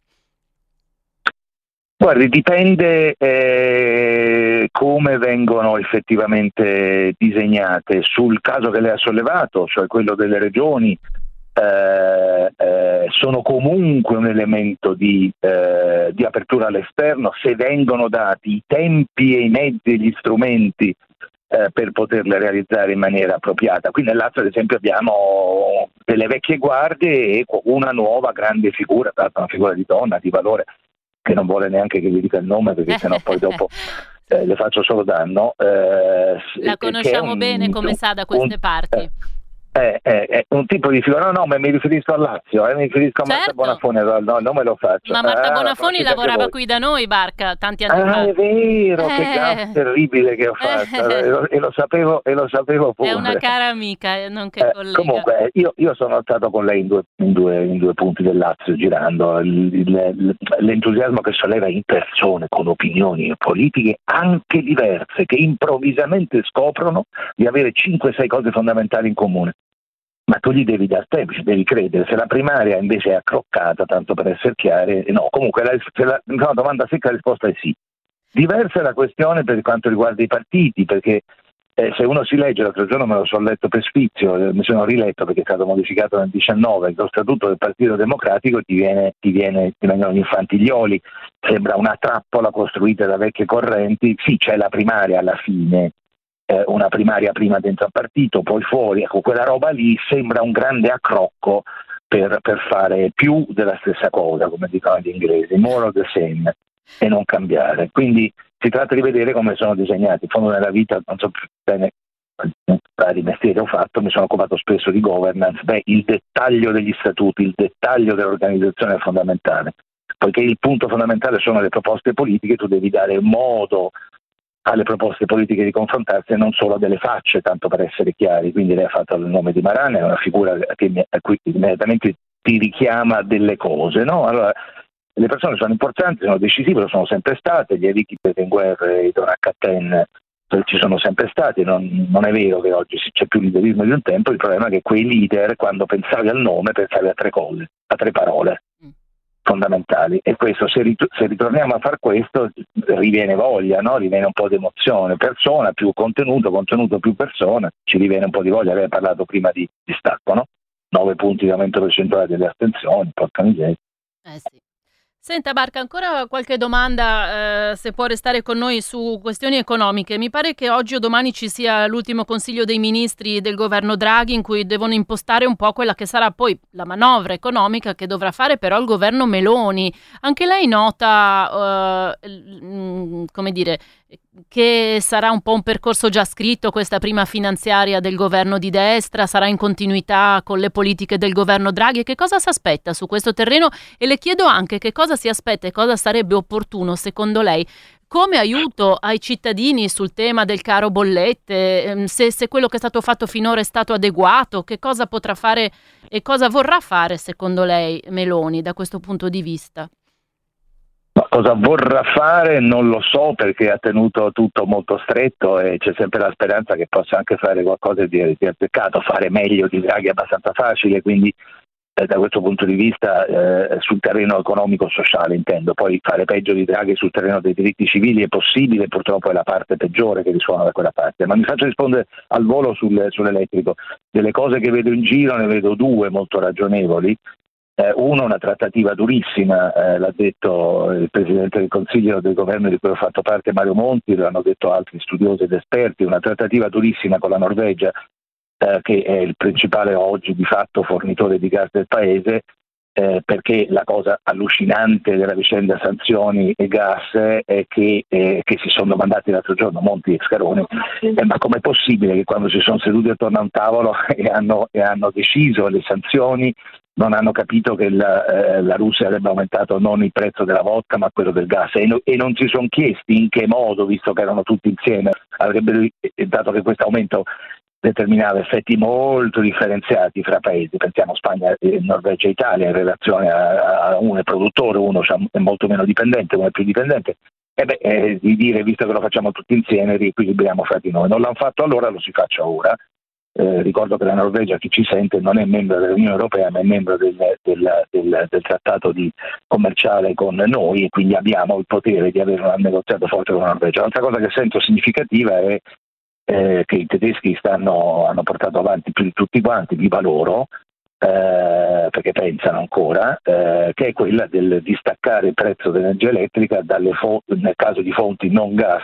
Guardi, dipende come vengono effettivamente disegnate. Sul caso che lei ha sollevato, cioè quello delle regioni, sono comunque un elemento di apertura all'esterno se vengono dati i tempi e i mezzi e gli strumenti per poterle realizzare in maniera appropriata. Qui nel Lazio ad esempio abbiamo delle vecchie guardie e una nuova grande figura, tra l'altro una figura di donna di valore, che non vuole neanche che vi dica il nome perché sennò poi dopo le faccio solo danno. La conosciamo bene, come sa, da queste parti. È un tipo di figura, no, ma mi riferisco al Lazio, mi riferisco a Marta Bonafoni, no, non me lo faccio. Ma Marta Bonafoni lavorava qui da noi, Barca, tanti anni fa. È vero, che gas terribile che ho fatto, e lo sapevo pure. È una cara amica, non che collega. Comunque, io sono stato con lei in due punti del Lazio girando, l'entusiasmo che solleva in persone con opinioni politiche anche diverse, che improvvisamente scoprono di avere 5-6 cose fondamentali in comune. Ma tu gli devi dar tempo, ci devi credere. Se la primaria invece è accroccata, tanto per essere chiare, no. Comunque la domanda secca, la risposta è sì. Diversa è la questione per quanto riguarda i partiti, perché se uno si legge, l'altro giorno me lo sono letto per sfizio, mi sono riletto perché è stato modificato nel 19, lo statuto del Partito Democratico ti vengono gli infantiglioli, sembra una trappola costruita da vecchie correnti. Sì, c'è la primaria alla fine, una primaria prima dentro al partito, poi fuori, ecco, quella roba lì sembra un grande accrocco per fare più della stessa cosa, come dicono gli inglesi, more of the same, e non cambiare. Quindi si tratta di vedere come sono disegnati. In fondo nella vita, non so più bene vari mestieri ho fatto, mi sono occupato spesso di governance. Il dettaglio degli statuti, il dettaglio dell'organizzazione è fondamentale, poiché il punto fondamentale sono le proposte politiche. Tu devi dare modo alle proposte politiche di confrontarsi e non solo a delle facce, tanto per essere chiari. Quindi lei ha fatto il nome di Maran, è una figura a cui immediatamente ti richiama delle cose, no? Allora, le persone sono importanti, sono decisive, lo sono sempre state. Gli Enrico Berlinguer e i Don Hatten ci sono sempre stati. Non è vero che oggi c'è più liderismo di un tempo. Il problema è che quei leader, quando pensavi al nome, pensavi a 3 cose, a 3 parole fondamentali, e questo, se ritorniamo a far questo, riviene voglia, no? Riviene un po' di emozione, persona più contenuto più persona, ci riviene un po' di voglia. Lei ha parlato prima di distacco, no? 9 punti di aumento percentuale delle astensioni, porca miseria. Sì. Senta Barca, ancora qualche domanda, se può restare con noi, su questioni economiche. Mi pare che oggi o domani ci sia l'ultimo Consiglio dei Ministri del governo Draghi, in cui devono impostare un po' quella che sarà poi la manovra economica che dovrà fare però il governo Meloni. Anche lei nota, come dire, che sarà un po' un percorso già scritto questa prima finanziaria del governo di destra? Sarà in continuità con le politiche del governo Draghi? Che cosa si aspetta su questo terreno? E le chiedo anche che cosa si aspetta e cosa sarebbe opportuno secondo lei come aiuto ai cittadini sul tema del caro bollette, se quello che è stato fatto finora è stato adeguato, che cosa potrà fare e cosa vorrà fare secondo lei Meloni da questo punto di vista? Ma cosa vorrà fare non lo so, perché ha tenuto tutto molto stretto e c'è sempre la speranza che possa anche fare qualcosa di peccato. Fare meglio di Draghi è abbastanza facile, quindi da questo punto di vista sul terreno economico-sociale intendo. Poi fare peggio di Draghi sul terreno dei diritti civili è possibile, purtroppo è la parte peggiore che risuona da quella parte. Ma mi faccio rispondere al volo sull'elettrico. Delle cose che vedo in giro ne vedo due molto ragionevoli. Uno, una trattativa durissima, l'ha detto il Presidente del Consiglio del Governo di cui ho fatto parte, Mario Monti, lo hanno detto altri studiosi ed esperti, una trattativa durissima con la Norvegia, che è il principale oggi di fatto fornitore di gas del paese, perché la cosa allucinante della vicenda sanzioni e gas è che si sono domandati l'altro giorno Monti e Scaroni, ma com'è possibile che quando si sono seduti attorno a un tavolo e hanno deciso le sanzioni non hanno capito che la Russia avrebbe aumentato non il prezzo della vodka ma quello del gas, e non si sono chiesti in che modo, visto che erano tutti insieme, avrebbero, dato che questo aumento determinava effetti molto differenziati fra paesi. Pensiamo Spagna, Norvegia e Italia, in relazione a uno è produttore, uno è molto meno dipendente, uno è più dipendente, di dire, visto che lo facciamo tutti insieme, riequilibriamo fra di noi. Non l'hanno fatto allora, lo si faccia ora. Ricordo che la Norvegia, chi ci sente, non è membro dell'Unione Europea ma è membro del trattato commerciale con noi, e quindi abbiamo il potere di avere un negoziato forte con la Norvegia. L'altra cosa che sento significativa è che i tedeschi hanno portato avanti più di tutti quanti, viva loro, perché pensano ancora, che è quella del distaccare il prezzo dell'energia elettrica nel caso di fonti non gas,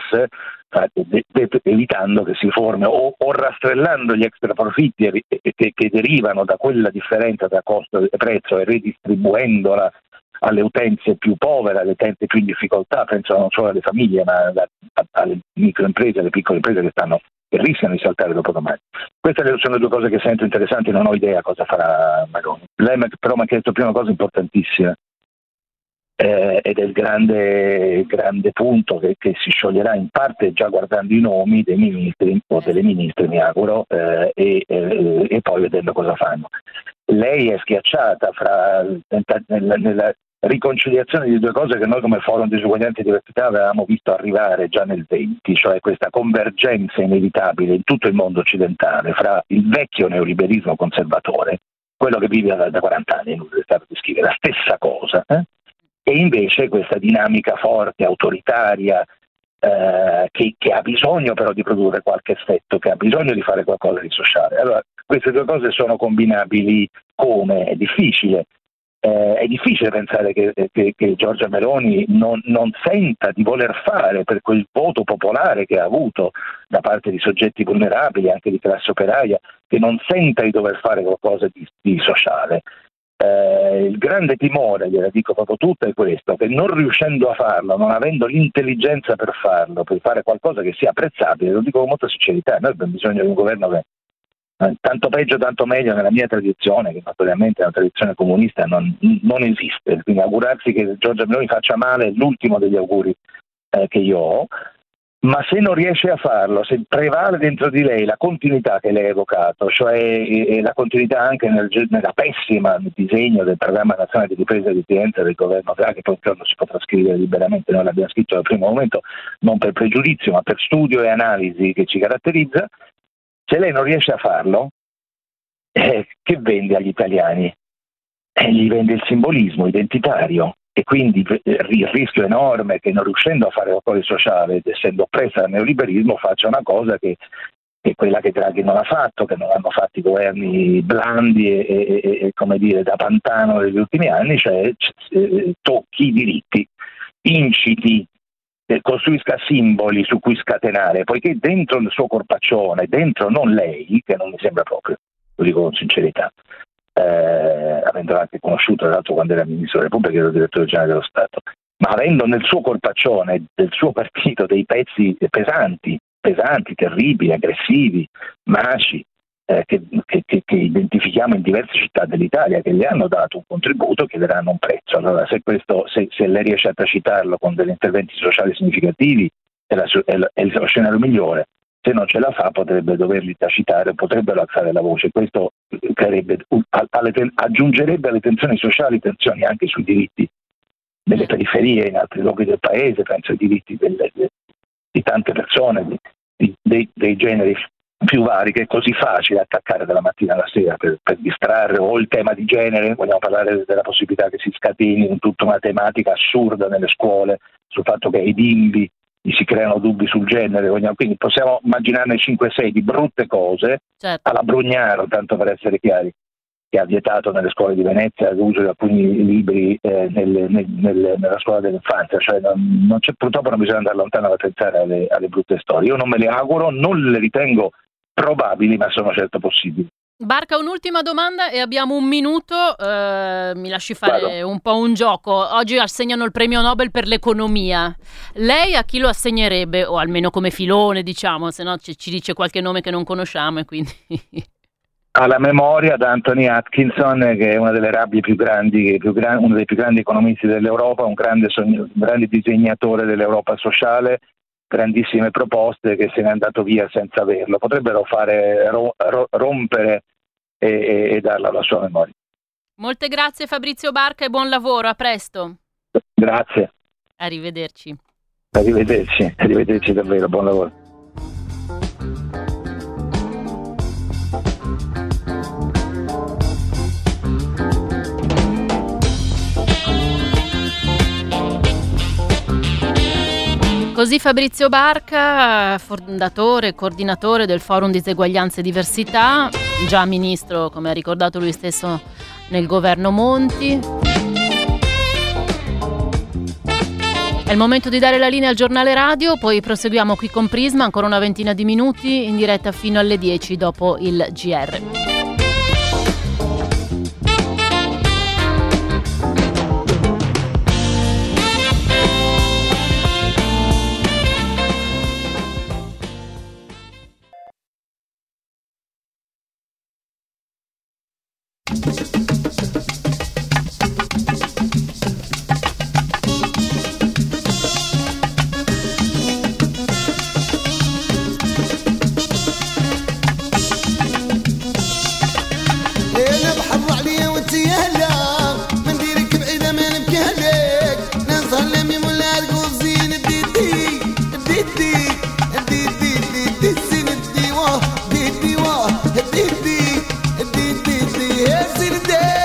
evitando che si formi o rastrellando gli extra profitti che derivano da quella differenza tra costo e prezzo e redistribuendola alle utenze più povere, alle utenze più in difficoltà. Penso non solo alle famiglie ma alle microimprese, alle piccole imprese che rischiano di saltare dopo domani. Queste sono le due cose che sento interessanti, non ho idea cosa farà Meloni. Lei però mi ha chiesto prima una cosa importantissima, ed è il grande punto che si scioglierà in parte già guardando i nomi dei ministri o delle ministre, mi auguro, e poi vedendo cosa fanno. Lei è schiacciata nella riconciliazione di due cose che noi come Forum Disuguaglianza e Diversità avevamo visto arrivare già nel 20, cioè questa convergenza inevitabile in tutto il mondo occidentale fra il vecchio neoliberismo conservatore, quello che vive da 40 anni, non è stato di scrivere la stessa cosa, e invece questa dinamica forte, autoritaria, che ha bisogno però di produrre qualche effetto, che ha bisogno di fare qualcosa di sociale. Allora, queste due cose sono combinabili come? È difficile. È difficile pensare che Giorgia Meloni non senta di voler fare, per quel voto popolare che ha avuto da parte di soggetti vulnerabili, anche di classe operaia, che non senta di dover fare qualcosa di sociale. Il grande timore, gliela dico proprio tutta, è questo, che non riuscendo a farlo, non avendo l'intelligenza per farlo, per fare qualcosa che sia apprezzabile, lo dico con molta sincerità, noi abbiamo bisogno di un governo che tanto peggio tanto meglio nella mia tradizione, che naturalmente è una tradizione comunista, non esiste, quindi augurarsi che Giorgia Meloni faccia male è l'ultimo degli auguri che io ho. Ma se non riesce a farlo, se prevale dentro di lei la continuità che lei ha evocato, cioè la continuità anche nella pessima disegno del programma nazionale di ripresa e resilienza del governo Draghi, poi un giorno si potrà scrivere liberamente, noi l'abbiamo scritto dal primo momento, non per pregiudizio ma per studio e analisi che ci caratterizza, se lei non riesce a farlo, che vende agli italiani? Gli vende il simbolismo identitario. E quindi il rischio enorme che non riuscendo a fare qualcosa di sociale, essendo oppressa dal neoliberismo, faccia una cosa che è quella che Draghi non ha fatto, che non hanno fatto i governi blandi e come dire da pantano negli ultimi anni, cioè tocchi i diritti, inciti, costruisca simboli su cui scatenare, poiché dentro il suo corpaccione, dentro non lei, che non mi sembra proprio, lo dico con sincerità, avendo anche conosciuto tra l'altro quando era Ministro della Repubblica e ero Direttore Generale dello Stato, ma avendo nel suo corpaccione del suo partito dei pezzi pesanti, terribili, aggressivi, maci, che identifichiamo in diverse città dell'Italia, che gli hanno dato un contributo, chiederanno un prezzo. Allora se lei riesce a tacitarlo con degli interventi sociali significativi è lo scenario migliore. Se non ce la fa potrebbe doverli tacitare, potrebbero alzare la voce. Questo aggiungerebbe alle tensioni sociali tensioni anche sui diritti delle periferie, in altri luoghi del paese, penso ai diritti di tante persone, dei generi più vari, che è così facile attaccare dalla mattina alla sera per distrarre, o il tema di genere. Vogliamo parlare della possibilità che si scateni in tutta una tematica assurda nelle scuole sul fatto che ai bimbi si creano dubbi sul genere, quindi possiamo immaginarne 5-6 di brutte cose, certo. Alla Brugnaro, tanto per essere chiari, che ha vietato nelle scuole di Venezia l'uso di alcuni libri nella scuola dell'infanzia, cioè purtroppo non bisogna andare lontano da pensare alle brutte storie. Io non me le auguro, non le ritengo probabili, ma sono certo possibili. Barca, un'ultima domanda e abbiamo un minuto, mi lasci fare un po' un gioco. Oggi assegnano il premio Nobel per l'economia, lei a chi lo assegnerebbe, o almeno come filone, diciamo, se no ci dice qualche nome che non conosciamo e quindi... Alla memoria da Anthony Atkinson, che è una delle rabbie più grandi, uno dei più grandi economisti dell'Europa, un grande disegnatore dell'Europa sociale, grandissime proposte, che se n'è andato via senza averlo. Potrebbero fare rompere e darla alla sua memoria. Molte grazie Fabrizio Barca e buon lavoro, a presto. Grazie. Arrivederci davvero, buon lavoro. Così Fabrizio Barca, fondatore e coordinatore del Forum Diseguaglianze e Diversità, già ministro, come ha ricordato lui stesso, nel governo Monti. È il momento di dare la linea al giornale radio, poi proseguiamo qui con Prisma, ancora una ventina di minuti, in diretta fino alle 10 dopo il GR. Yesterday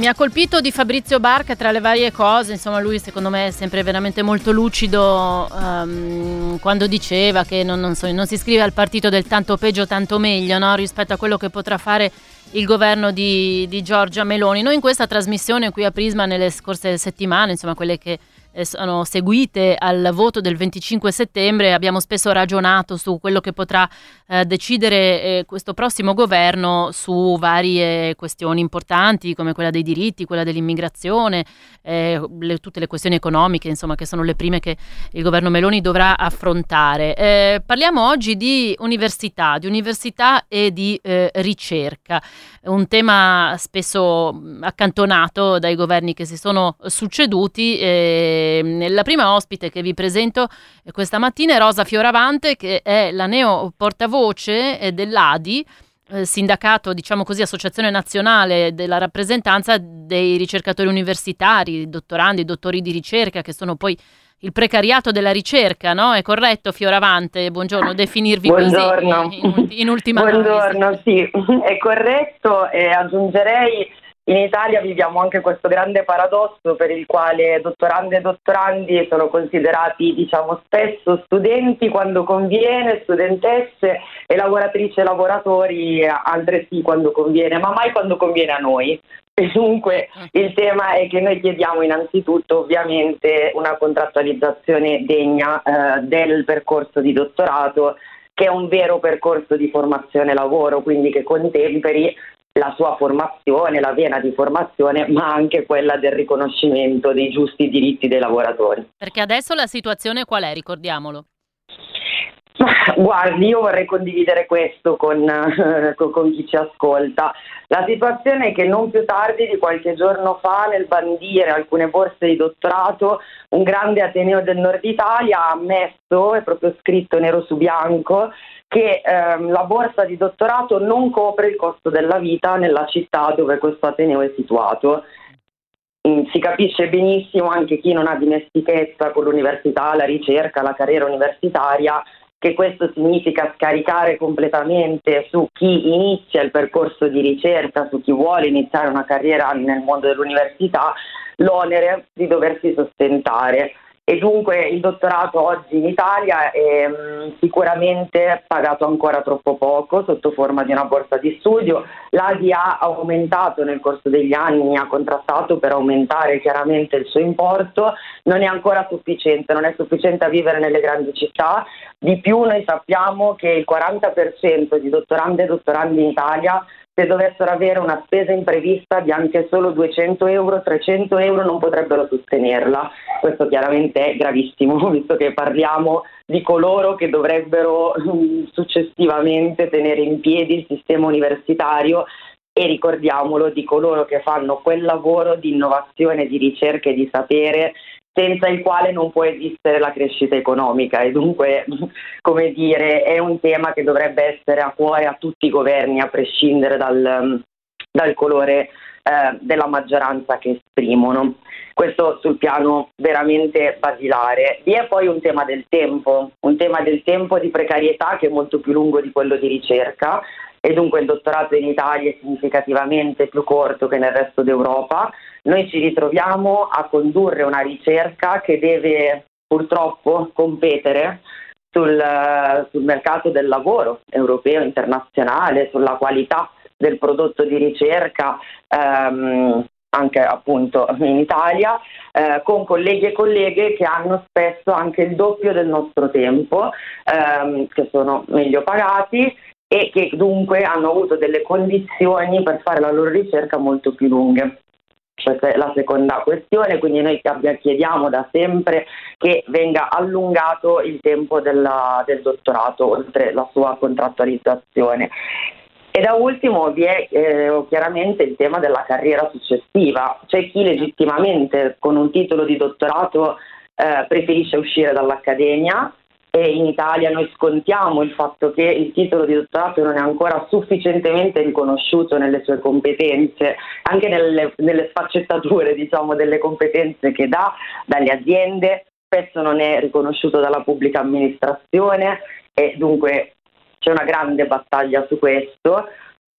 Mi ha colpito di Fabrizio Barca, tra le varie cose, insomma lui secondo me è sempre veramente molto lucido quando diceva che non si iscrive al partito del tanto peggio tanto meglio, no? Rispetto a quello che potrà fare il governo di Giorgia Meloni. Noi in questa trasmissione qui a Prisma nelle scorse settimane, insomma quelle che sono seguite al voto del 25 settembre, abbiamo spesso ragionato su quello che potrà decidere questo prossimo governo su varie questioni importanti come quella dei diritti, quella dell'immigrazione, tutte le questioni economiche, insomma, che sono le prime che il governo Meloni dovrà affrontare. Parliamo oggi di università e di ricerca, un tema spesso accantonato dai governi che si sono succeduti. La prima ospite che vi presento questa mattina è Rosa Fioravante, che è la neo portavoce dell'ADI, sindacato, diciamo così, associazione nazionale della rappresentanza dei ricercatori universitari, dottorandi, dottori di ricerca, che sono poi il precariato della ricerca, no? È corretto, Fioravante? Buongiorno, definirvi Buongiorno. Così in ultima Buongiorno, analisi. sì, è corretto, e aggiungerei: in Italia viviamo anche questo grande paradosso per il quale dottorande e dottorandi sono considerati, diciamo, spesso studenti quando conviene, studentesse, e lavoratrici e lavoratori altresì quando conviene, ma mai quando conviene a noi. E dunque il tema è che noi chiediamo innanzitutto ovviamente una contrattualizzazione degna del percorso di dottorato, che è un vero percorso di formazione lavoro, quindi che contemperi la sua formazione, la vena di formazione, ma anche quella del riconoscimento dei giusti diritti dei lavoratori. Perché adesso la situazione qual è? Ricordiamolo. Guardi, io vorrei condividere questo con chi ci ascolta. La situazione è che non più tardi di qualche giorno fa, nel bandire alcune borse di dottorato, un grande ateneo del nord Italia ha ammesso, è proprio scritto nero su bianco, che la borsa di dottorato non copre il costo della vita nella città dove questo ateneo è situato. Si capisce benissimo, anche chi non ha dimestichezza con l'università, la ricerca, la carriera universitaria, che questo significa scaricare completamente su chi inizia il percorso di ricerca, su chi vuole iniziare una carriera nel mondo dell'università, l'onere di doversi sostentare. E dunque il dottorato oggi in Italia è sicuramente pagato ancora troppo poco sotto forma di una borsa di studio. L'ADI ha aumentato nel corso degli anni, ha contrattato per aumentare chiaramente il suo importo, non è ancora sufficiente, non è sufficiente a vivere nelle grandi città. Di più, noi sappiamo che il 40% di dottorande e dottorandi in Italia, se dovessero avere una spesa imprevista di anche solo 200 euro, 300 euro, non potrebbero sostenerla. Questo chiaramente è gravissimo, visto che parliamo di coloro che dovrebbero successivamente tenere in piedi il sistema universitario, e ricordiamolo, di coloro che fanno quel lavoro di innovazione, di ricerca e di sapere senza il quale non può esistere la crescita economica. E dunque, come dire, è un tema che dovrebbe essere a cuore a tutti i governi, a prescindere dal colore della maggioranza che esprimono. Questo sul piano veramente basilare. Vi è poi un tema del tempo di precarietà che è molto più lungo di quello di ricerca, e dunque il dottorato in Italia è significativamente più corto che nel resto d'Europa. Noi ci ritroviamo a condurre una ricerca che deve purtroppo competere sul mercato del lavoro europeo, internazionale, sulla qualità del prodotto di ricerca, anche appunto in Italia, con colleghi e colleghe che hanno spesso anche il doppio del nostro tempo, che sono meglio pagati e che dunque hanno avuto delle condizioni per fare la loro ricerca molto più lunghe. Questa è la seconda questione, quindi noi chiediamo da sempre che venga allungato il tempo del dottorato, oltre la sua contrattualizzazione. E da ultimo vi è chiaramente il tema della carriera successiva. C'è chi legittimamente con un titolo di dottorato preferisce uscire dall'accademia, e in Italia noi scontiamo il fatto che il titolo di dottorato non è ancora sufficientemente riconosciuto nelle sue competenze, anche nelle sfaccettature, diciamo, delle competenze che dà dalle aziende, spesso non è riconosciuto dalla pubblica amministrazione, e dunque c'è una grande battaglia su questo.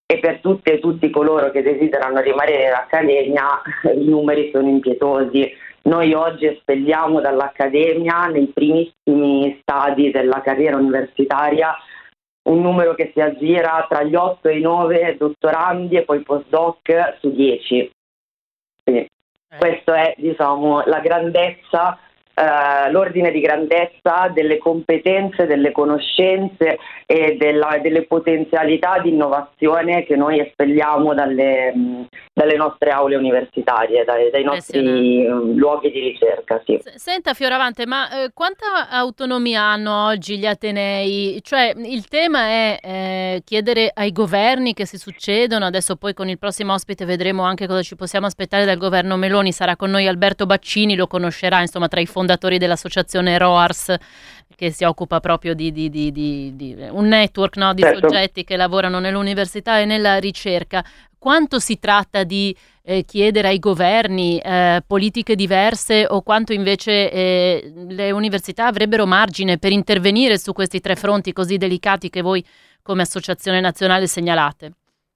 e per tutte e tutti coloro che desiderano rimanere in accademia i numeri sono impietosi. Noi oggi espelliamo dall'accademia, nei primissimi stadi della carriera universitaria, un numero che si aggira tra gli 8 e i 9 dottorandi e poi postdoc su 10. Quindi questo è, diciamo, la grandezza, l'ordine di grandezza delle competenze, delle conoscenze e delle potenzialità di innovazione che noi espelliamo dalle nostre aule universitarie, dai nostri luoghi di ricerca. Sì. Senta Fioravante, ma quanta autonomia hanno oggi gli atenei? Cioè il tema è chiedere ai governi che si succedono, adesso poi con il prossimo ospite vedremo anche cosa ci possiamo aspettare dal governo Meloni, sarà con noi Alberto Baccini, lo conoscerà, insomma, tra i fondatori dell'associazione ROARS, che si occupa proprio di un network, no, di soggetti che lavorano nell'università e nella ricerca. Quanto si tratta di chiedere ai governi politiche diverse o quanto invece le università avrebbero margine per intervenire su questi tre fronti così delicati che voi come associazione nazionale segnalate?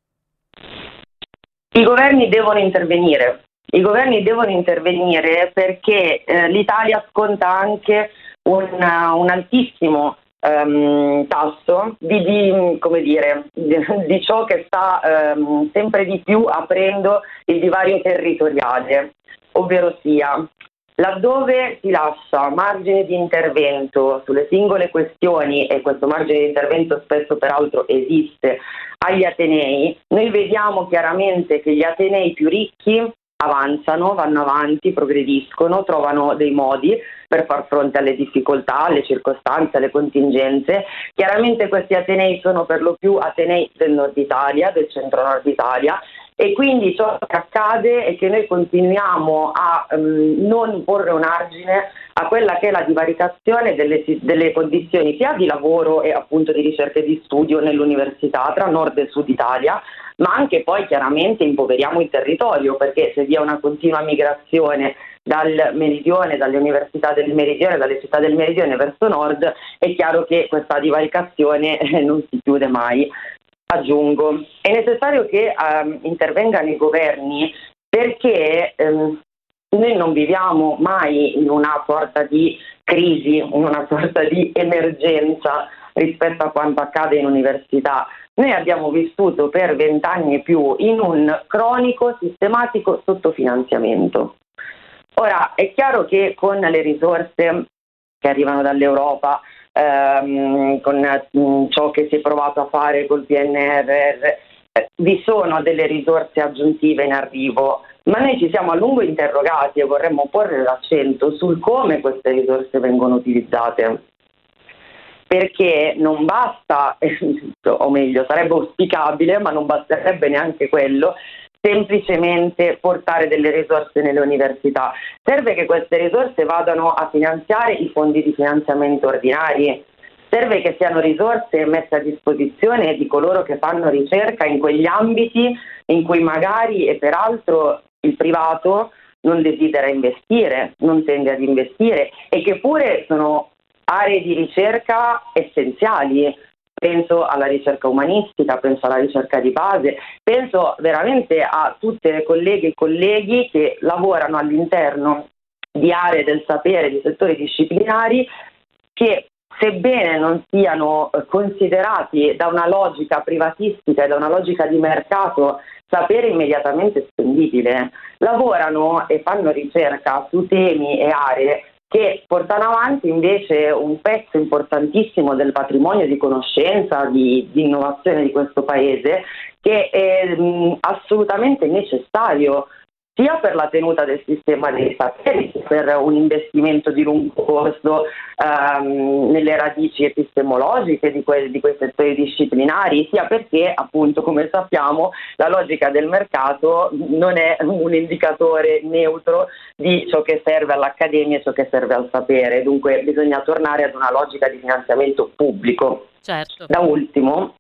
I governi devono intervenire. I governi devono intervenire perché l'Italia sconta anche un altissimo tasso di ciò che sta sempre di più aprendo il divario territoriale, ovvero sia laddove si lascia margine di intervento sulle singole questioni, e questo margine di intervento spesso peraltro esiste agli atenei, noi vediamo chiaramente che gli atenei più ricchi avanzano, vanno avanti, progrediscono, trovano dei modi per far fronte alle difficoltà, alle circostanze, alle contingenze. Chiaramente questi atenei sono per lo più atenei del nord Italia, del centro-nord Italia, e quindi ciò che accade è che noi continuiamo a non porre un argine a quella che è la divaricazione delle condizioni sia di lavoro e appunto di ricerca e di studio nell'università tra nord e sud Italia, ma anche poi chiaramente impoveriamo il territorio, perché se vi è una continua migrazione dal meridione, dalle università del meridione, dalle città del meridione verso nord, è chiaro che questa divaricazione non si chiude mai. Aggiungo, è necessario che intervengano i governi perché noi non viviamo mai in una sorta di crisi, in una sorta di emergenza rispetto a quanto accade in università. Noi abbiamo vissuto per 20 anni e più in un cronico, sistematico sottofinanziamento. Ora, è chiaro che con le risorse che arrivano dall'Europa, con ciò che si è provato a fare col PNRR, vi sono delle risorse aggiuntive in arrivo, ma noi ci siamo a lungo interrogati e vorremmo porre l'accento sul come queste risorse vengono utilizzate. Perché non basta, o meglio, sarebbe auspicabile, ma non basterebbe neanche quello, semplicemente portare delle risorse nelle università. Serve che queste risorse vadano a finanziare i fondi di finanziamento ordinari, serve che siano risorse messe a disposizione di coloro che fanno ricerca in quegli ambiti in cui magari e peraltro il privato non desidera investire, non tende ad investire, e che pure sono aree di ricerca essenziali. Penso alla ricerca umanistica, penso alla ricerca di base, penso veramente a tutte le colleghe e colleghi che lavorano all'interno di aree del sapere, di settori disciplinari che, sebbene non siano considerati da una logica privatistica e da una logica di mercato sapere immediatamente spendibile, lavorano e fanno ricerca su temi e aree che portano avanti invece un pezzo importantissimo del patrimonio di conoscenza, di innovazione di questo Paese, che è assolutamente necessario sia per la tenuta del sistema dei saperi, sia per un investimento di lungo corso nelle radici epistemologiche di quei settori disciplinari, sia perché, appunto, come sappiamo, la logica del mercato non è un indicatore neutro di ciò che serve all'accademia e ciò che serve al sapere. Dunque bisogna tornare ad una logica di finanziamento pubblico. Certo. Da ultimo,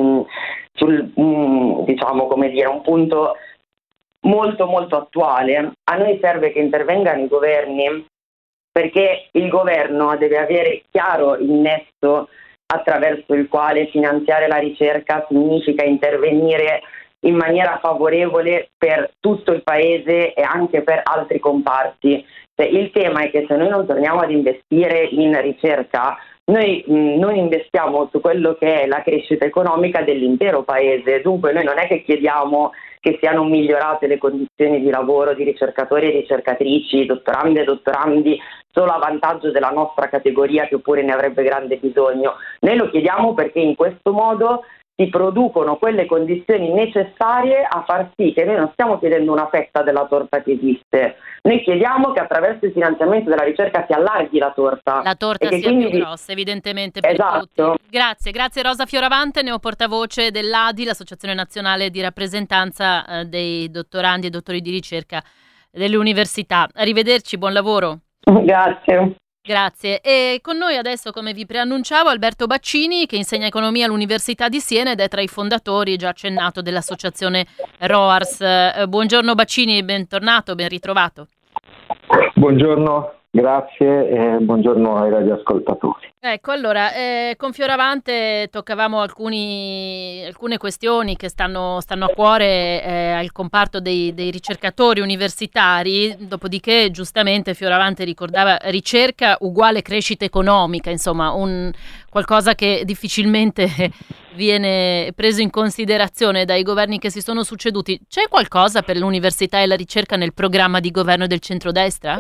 diciamo, come dire, un punto molto molto attuale, a noi serve che intervengano i governi, perché il governo deve avere chiaro il nesso attraverso il quale finanziare la ricerca significa intervenire in maniera favorevole per tutto il paese e anche per altri comparti. Il tema è che se noi non torniamo ad investire in ricerca, noi non investiamo su quello che è la crescita economica dell'intero paese. Dunque noi non è che chiediamo che siano migliorate le condizioni di lavoro di ricercatori e ricercatrici, dottorandi e dottorandi, solo a vantaggio della nostra categoria che pure ne avrebbe grande bisogno. Noi lo chiediamo perché in questo modo si producono quelle condizioni necessarie a far sì che noi non stiamo chiedendo una fetta della torta che esiste, noi chiediamo che attraverso il finanziamento della ricerca si allarghi la torta. La torta sia più grossa, evidentemente, per tutti. Grazie Rosa Fioravante, neoportavoce dell'ADI, l'Associazione Nazionale di Rappresentanza dei dottorandi e dottori di ricerca delle università. Arrivederci, buon lavoro. Grazie. E con noi adesso, come vi preannunciavo, Alberto Baccini, che insegna economia all'Università di Siena ed è tra i fondatori, già accennato, dell'associazione ROARS. Buongiorno Baccini, bentornato, ben ritrovato. Buongiorno, grazie e buongiorno ai radioascoltatori. Ecco, allora, con Fioravante toccavamo alcune questioni che stanno a cuore al comparto dei ricercatori universitari, dopodiché giustamente Fioravante ricordava ricerca uguale crescita economica, insomma qualcosa che difficilmente viene preso in considerazione dai governi che si sono succeduti. C'è qualcosa per l'università e la ricerca nel programma di governo del centrodestra?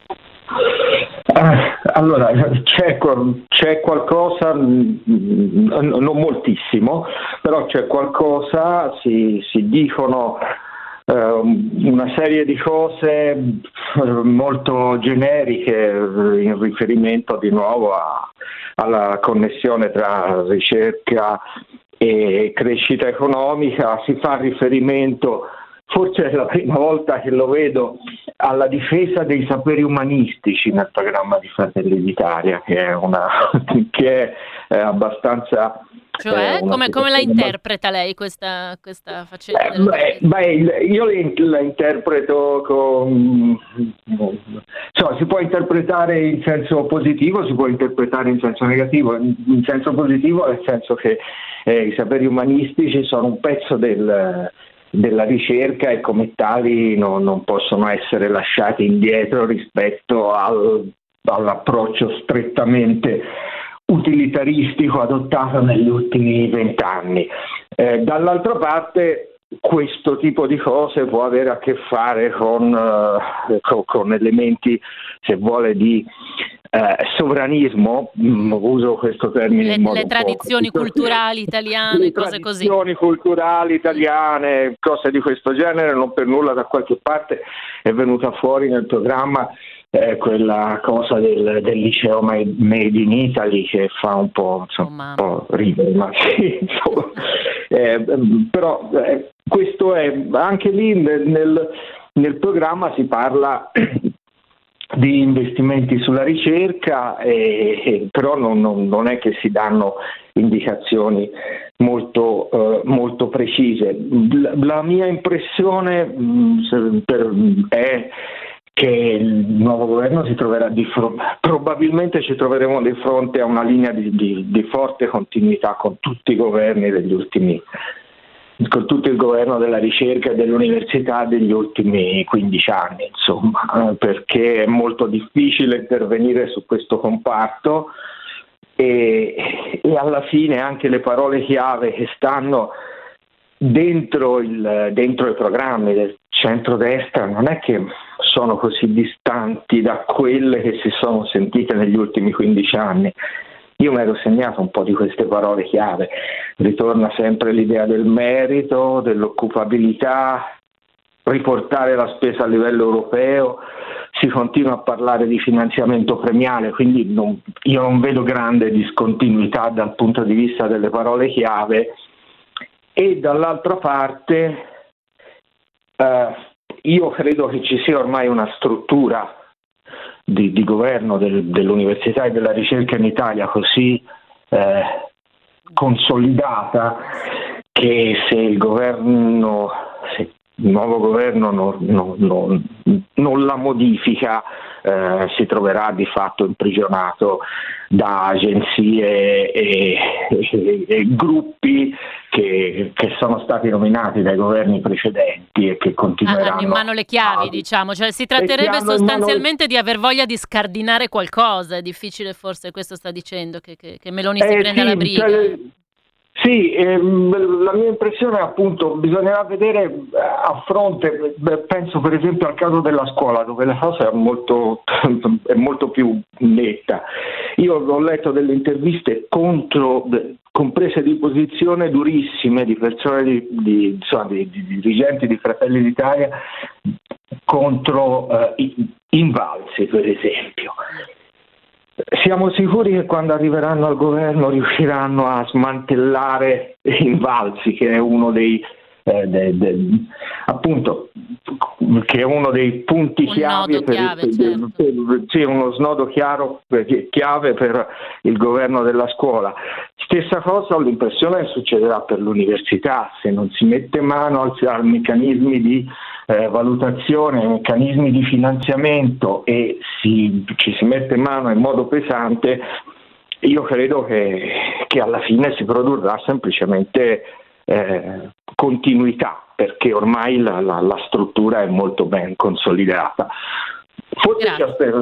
Allora, c'è qualcosa, non moltissimo, però c'è qualcosa, si dicono una serie di cose molto generiche in riferimento di nuovo alla connessione tra ricerca e crescita economica. Si fa riferimento, forse è la prima volta che lo vedo, alla difesa dei saperi umanistici nel programma di Fratelli d'Italia, che è abbastanza... Cioè, come la interpreta lei questa faccenda? Io la interpreto si può interpretare in senso positivo, si può interpretare in senso negativo. In senso positivo nel senso che i saperi umanistici sono un pezzo della ricerca e come tali non possono essere lasciati indietro rispetto all'approccio strettamente utilitaristico adottato negli ultimi 20 anni. Dall'altra parte questo tipo di cose può avere a che fare con elementi, se vuole, di sovranismo, uso questo termine in modo le tradizioni culturali italiane, cose così. Le tradizioni culturali italiane, cose di questo genere. Non per nulla da qualche parte è venuta fuori nel programma quella cosa del liceo Made in Italy, che fa un po' ridere, ma sì, insomma. Però questo è anche lì nel programma si parla di investimenti sulla ricerca, però non è che si danno indicazioni molto precise. La mia impressione è che il nuovo governo si troverà probabilmente ci troveremo di fronte a una linea di forte continuità con tutti i governi con tutto il governo della ricerca e dell'università degli ultimi 15 anni, insomma, perché è molto difficile intervenire su questo comparto e alla fine anche le parole chiave che stanno dentro i programmi del centrodestra non è che sono così distanti da quelle che si sono sentite negli ultimi 15 anni. Io mi ero segnato un po' di queste parole chiave. Ritorna sempre l'idea del merito, dell'occupabilità, riportare la spesa a livello europeo, si continua a parlare di finanziamento premiale, quindi io non vedo grande discontinuità dal punto di vista delle parole chiave. E dall'altra parte io credo che ci sia ormai una struttura di governo dell'università e della ricerca in Italia così consolidata che se nuovo governo non la modifica, si troverà di fatto imprigionato da agenzie e gruppi che sono stati nominati dai governi precedenti e che continueranno. Hanno in mano le chiavi, diciamo, cioè si tratterebbe sostanzialmente di aver voglia di scardinare qualcosa. È difficile, forse questo sta dicendo, che Meloni si prenda la briga. Sì, la mia impressione è appunto bisognerà vedere a fronte, penso per esempio al caso della scuola, dove la cosa è molto più netta. Io ho letto delle interviste con prese di posizione durissime di persone di dirigenti di Fratelli d'Italia contro Invalsi, per esempio. Siamo sicuri che quando arriveranno al governo riusciranno a smantellare Invalsi, che è uno dei appunto che è uno dei punti chiave uno snodo chiave per il governo della scuola. Stessa cosa ho l'impressione che succederà per l'università, se non si mette mano a meccanismi di valutazione, meccanismi di finanziamento e ci si mette mano in modo pesante. Io credo che alla fine si produrrà semplicemente continuità, perché ormai la struttura è molto ben consolidata. Forse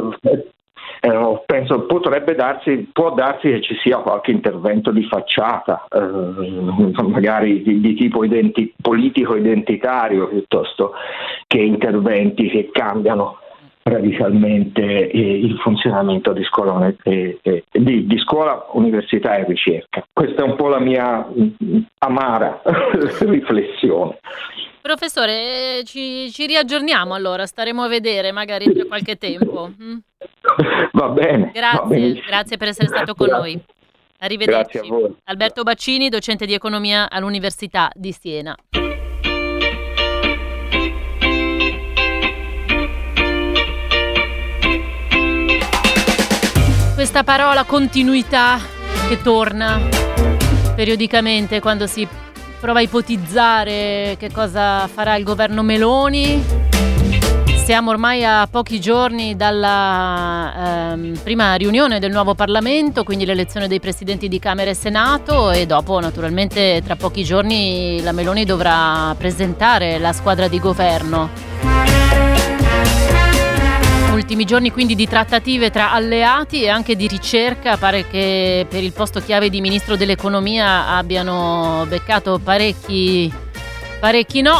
penso può darsi che ci sia qualche intervento di facciata, magari di tipo politico identitario, piuttosto che interventi che cambiano radicalmente il funzionamento di scuola, di scuola, università e ricerca. Questa è un po' la mia amara riflessione. Professore, ci riaggiorniamo allora, staremo a vedere magari tra qualche tempo. Va bene. Grazie per essere stato con noi. Arrivederci. Grazie a voi. Alberto Baccini, docente di economia all'Università di Siena. Questa parola continuità che torna periodicamente quando si prova a ipotizzare che cosa farà il governo Meloni. Siamo ormai a pochi giorni dalla prima riunione del nuovo Parlamento, quindi l'elezione dei presidenti di Camera e Senato, e dopo naturalmente tra pochi giorni la Meloni dovrà presentare la squadra di governo. Ultimi giorni quindi di trattative tra alleati e anche di ricerca. Pare che per il posto chiave di ministro dell'economia abbiano beccato parecchi no.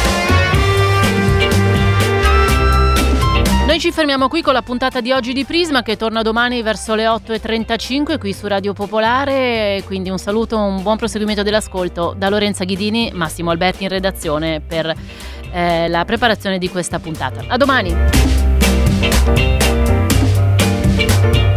Noi ci fermiamo qui con la puntata di oggi di Prisma, che torna domani verso le 8:35 qui su Radio Popolare. Quindi un saluto, un buon proseguimento dell'ascolto da Lorenza Ghidini, Massimo Alberti in redazione per la preparazione di questa puntata. A domani.